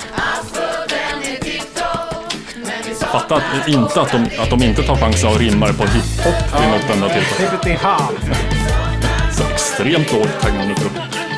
Jag fattar inte att de inte tar chansen och rimmar på hiphop vid något enda tillfälle. Så extremt lågt hängande frukt.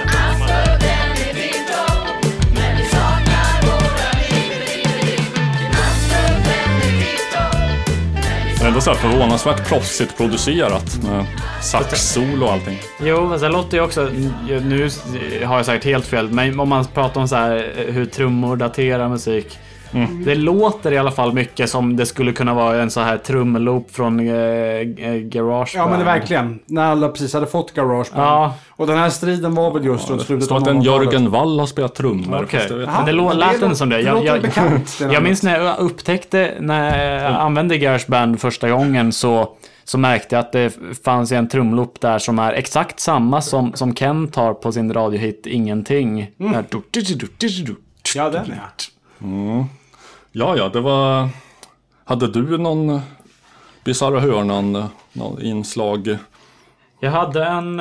Det är ändå så här förvånansvärt proffsigt producerat med sax-sol och allting. Jo, men sen låter ju också, nu har jag sagt helt fel, men om man pratar om så här hur trummor daterar musik. Det låter i alla fall mycket som det skulle kunna vara en så här trumloop från Garage. Ja, men det verkligen. När alla precis hade fått Garage. Ja. Och den här striden var väl just runt slutet av 90-talet. Jörgen Wall har spelat trummor. Okay. Men det lät inte som det. Jag minns när jag upptäckte, när jag använde GarageBand första gången, så märkte jag att det fanns en trumloop där som är exakt samma som Ken tar på sin radiohit Ingenting. Ja, den är. Ja, det var... Hade du någon bizarra hörnan, någon inslag? Jag hade en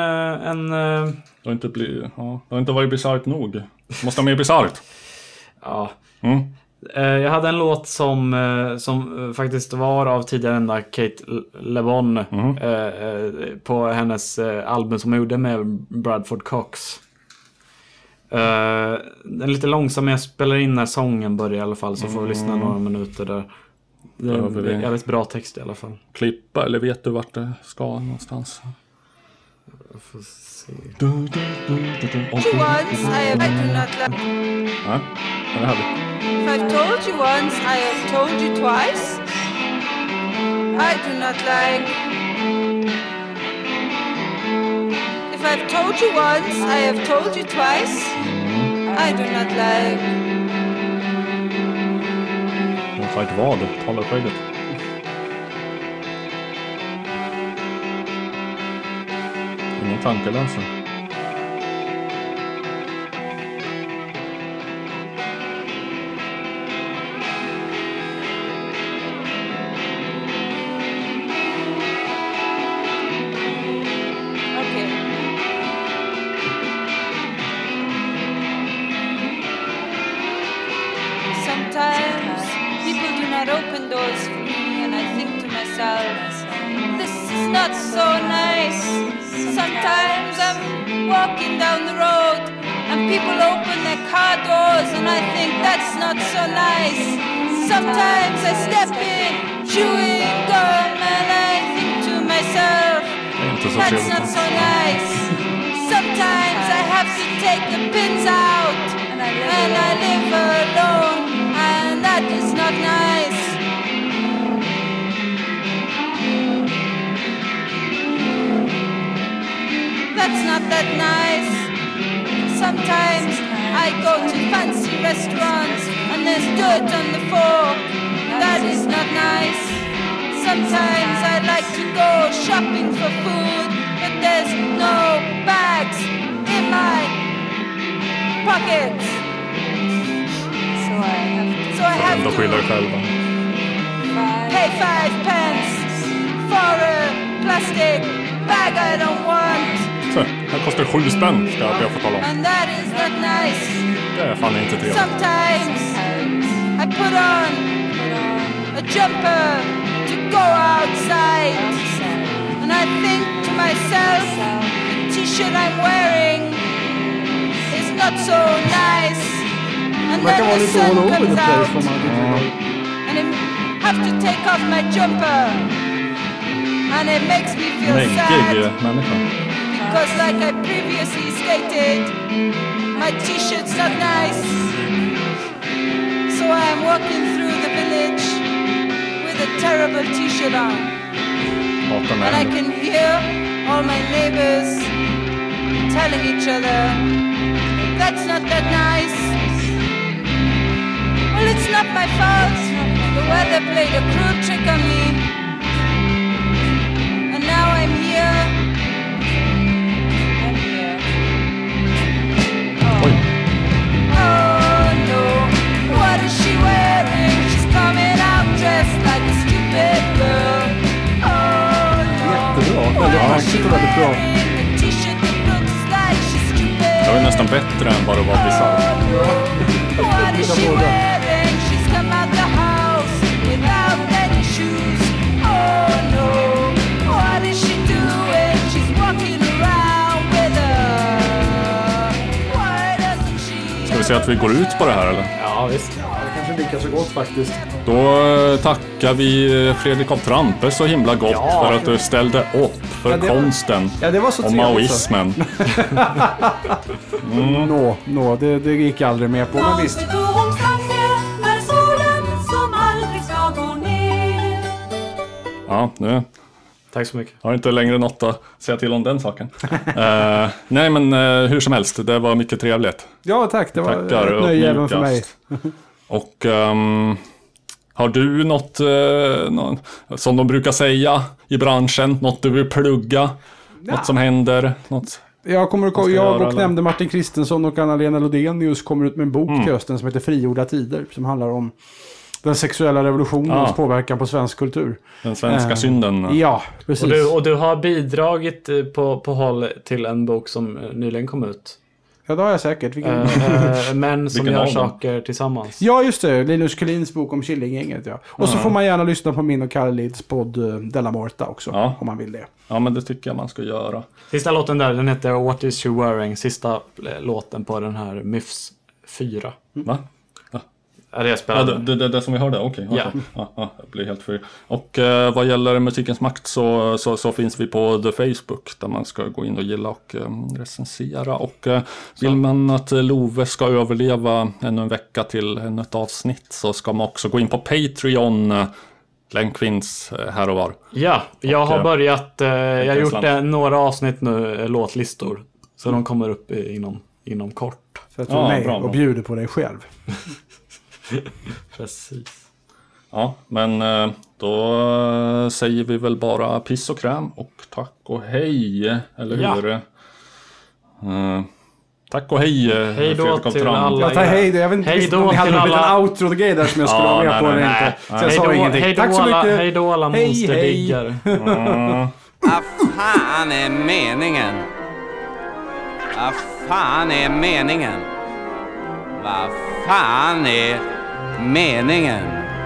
det har inte varit bizarrt nog. Måste ha mer bizarrt. Ja. Jag hade en låt som faktiskt var av tidigare ända Kate LeVon på hennes album som jag gjorde med Bradford Cox. Den är lite långsam, men jag spelar in när sången börjar i alla fall, så får vi lyssna några minuter där. Det är en jävligt bra text i alla fall. Klippa, eller vet du vart det ska någonstans? Jag får se. Once I do not love. Ja, det här If I've told you once, I have told you twice. I do not like. If I've told you once, I have told you twice. I do not like. Like vad? Tala skägget. Ingen tankeläsare. Sometimes people do not open doors for me, and I think to myself, this is not so nice. Sometimes I'm walking down the road and people open their car doors, and I think that's not so nice. Sometimes I step in chewing gum and I think to myself, that's not so nice. Sometimes I have to take the pins out and I live alone, and that is not nice. That's not that nice. Sometimes I go to fancy restaurants and there's dirt on the fork. That is not nice. Sometimes I like to go shopping for food, but there's no bags in my pockets. So I have to pay 5 pence for a plastic bag I don't want. Det kostar 7 spänn, ska jag få tala om. And that is not nice. Det är fan inte trevligt. Sometimes I put on a jumper to go outside, and I think to myself, the t-shirt I'm wearing is not so nice. And then the sun comes out, and I have to take off my jumper, and it makes me feel sad. Because like I previously stated, my t-shirt's not nice. So I'm walking through the village with a terrible t-shirt on. And I can hear all my neighbors telling each other, that's not that nice. Well, it's not my fault. The weather played a cruel trick on me. And now I'm here. Oh no, what is she wearing? She's coming out dressed like a stupid girl. Oh no, what is she wearing? A t-shirt that looks like she's stupid. var ju nästan bättre än vad det var Bizarre. What is she wearing? She's come out the house without any shoes. Oh no, what is she doing? She's walking around with her. Why doesn't she? Ska vi säga att vi går ut på det här eller? Ja, visst. Det kanske lika så gott faktiskt. Då tackar vi Fredrik av Trampe så himla gott för att du ställde upp för konsten det var så och maoismen. Det gick jag aldrig med på, men visst. Ja, nu. Tack så mycket. Har inte längre något att säga till om den saken. Nej, men hur som helst, det var mycket trevligt. Ja, tack. Det var ett nöje även för mig. Och har du något som de brukar säga i branschen, något du vill plugga? Något som händer? Något jag och nämnde Martin Kristensson och Anna-Lena Lodenius kommer ut med en bok till hösten som heter Frigjorda tider, som handlar om den sexuella revolutionens påverkan på svensk kultur. Den svenska synden. Ja, precis. Och du har bidragit på håll till en bok som nyligen kom ut. Ja, det har jag säkert. Men som gör saker tillsammans. Ja, just det. Linus Kullins bok om Killinggänget, ja. Och så får man gärna lyssna på min och Kalle Lids podd Della Morta också, om man vill det. Ja, men det tycker jag man ska göra. Sista låten där, den heter What is she wearing? Sista låten på den här MIFS 4. Va? Ja, det jag spelade. Det som vi hörde, okej. Ja, jag blir helt fri. Och vad gäller Musikens makt så finns vi på The Facebook, där man ska gå in och gilla och recensera. Och vill man att Love ska överleva ännu en vecka till ännu ett avsnitt, så ska man också gå in på Patreon. Länk finns här och var. Ja, jag har börjat, jag har gjort några avsnitt nu, låtlistor. Så de kommer upp inom kort. Så att du är med och bjuder på dig själv. Precis. Ja, men då säger vi väl bara piss och kräm och tack och hej, eller hur? Tack och hej. Hej då till alla. Jag vet inte om ni hade en liten outro-grej där som jag skulle vara med på eller inte. Så jag sa ingenting. Tack så mycket. Hej då alla monsterdiggare. Vad fan är meningen? Vad fan är meningen? Vad fan är meningen?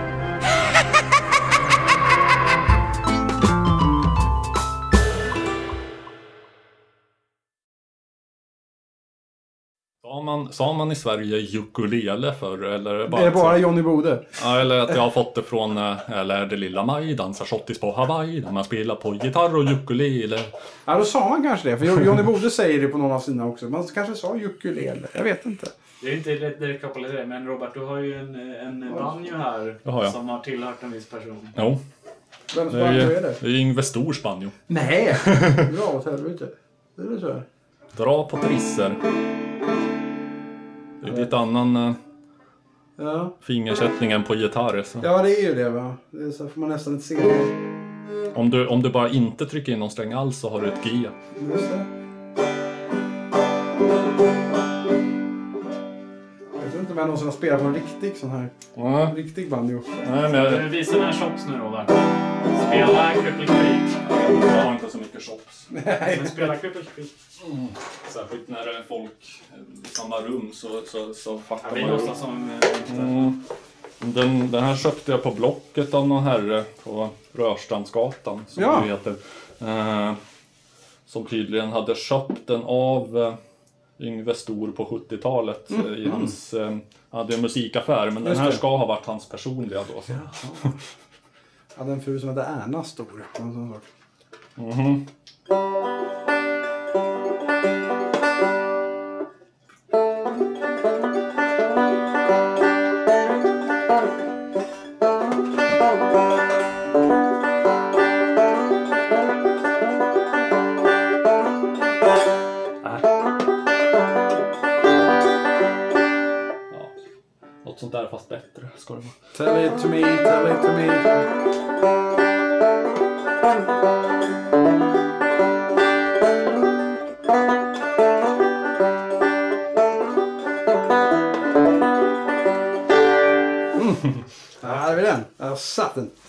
Sa man i Sverige ukulele för eller bara det är bara Johnny Bode. Ja, eller att jag har fått det från eller det lilla Maj dansar shottis på Hawaii där man spelar på gitarr och ukulele. Ja, då sa man kanske det, för Johnny Bode säger det på någon av sina också. Man kanske sa ukulele, jag vet inte. Det är inte direkt kopplat till det, men Robert, du har ju en banjo här som har tillhört en viss person. Jo. Vems banjo är det? Det är Yngve Stors banjo. Nej, bra åt helvete. Det är det så här. Dra på trisser. Det är lite annan fingersättningen på gitarr. Så. Ja, det är ju det, va? Det är så får man nästan inte se det. Om du bara inte trycker in någon sträng alls så har du ett G. Just det. Jag tror inte man någonsin har spelat på en riktig sån här. Ja. Riktig banjo. Nej, men jag visar den här shops nu, Robert. Spela Cripple Creek. Jag har inte så mycket shops. Nej. Men spela Cripple Creek. Särskilt när det är folk i samma rum så fattar man. Ja, som den här köpte jag på Blocket av någon herre på Rörstrandsgatan som det heter. Som tydligen hade köpt den av Yngve Stor på 70-talet i hans hade en musikaffär, men den här ska ha varit hans personliga då. Så. Ja. Hade en fru som hette Erna Stor. Något sånt där fast bättre ska det vara. Tell it to me, tell it to me. Här är vi den. Jag har satt den.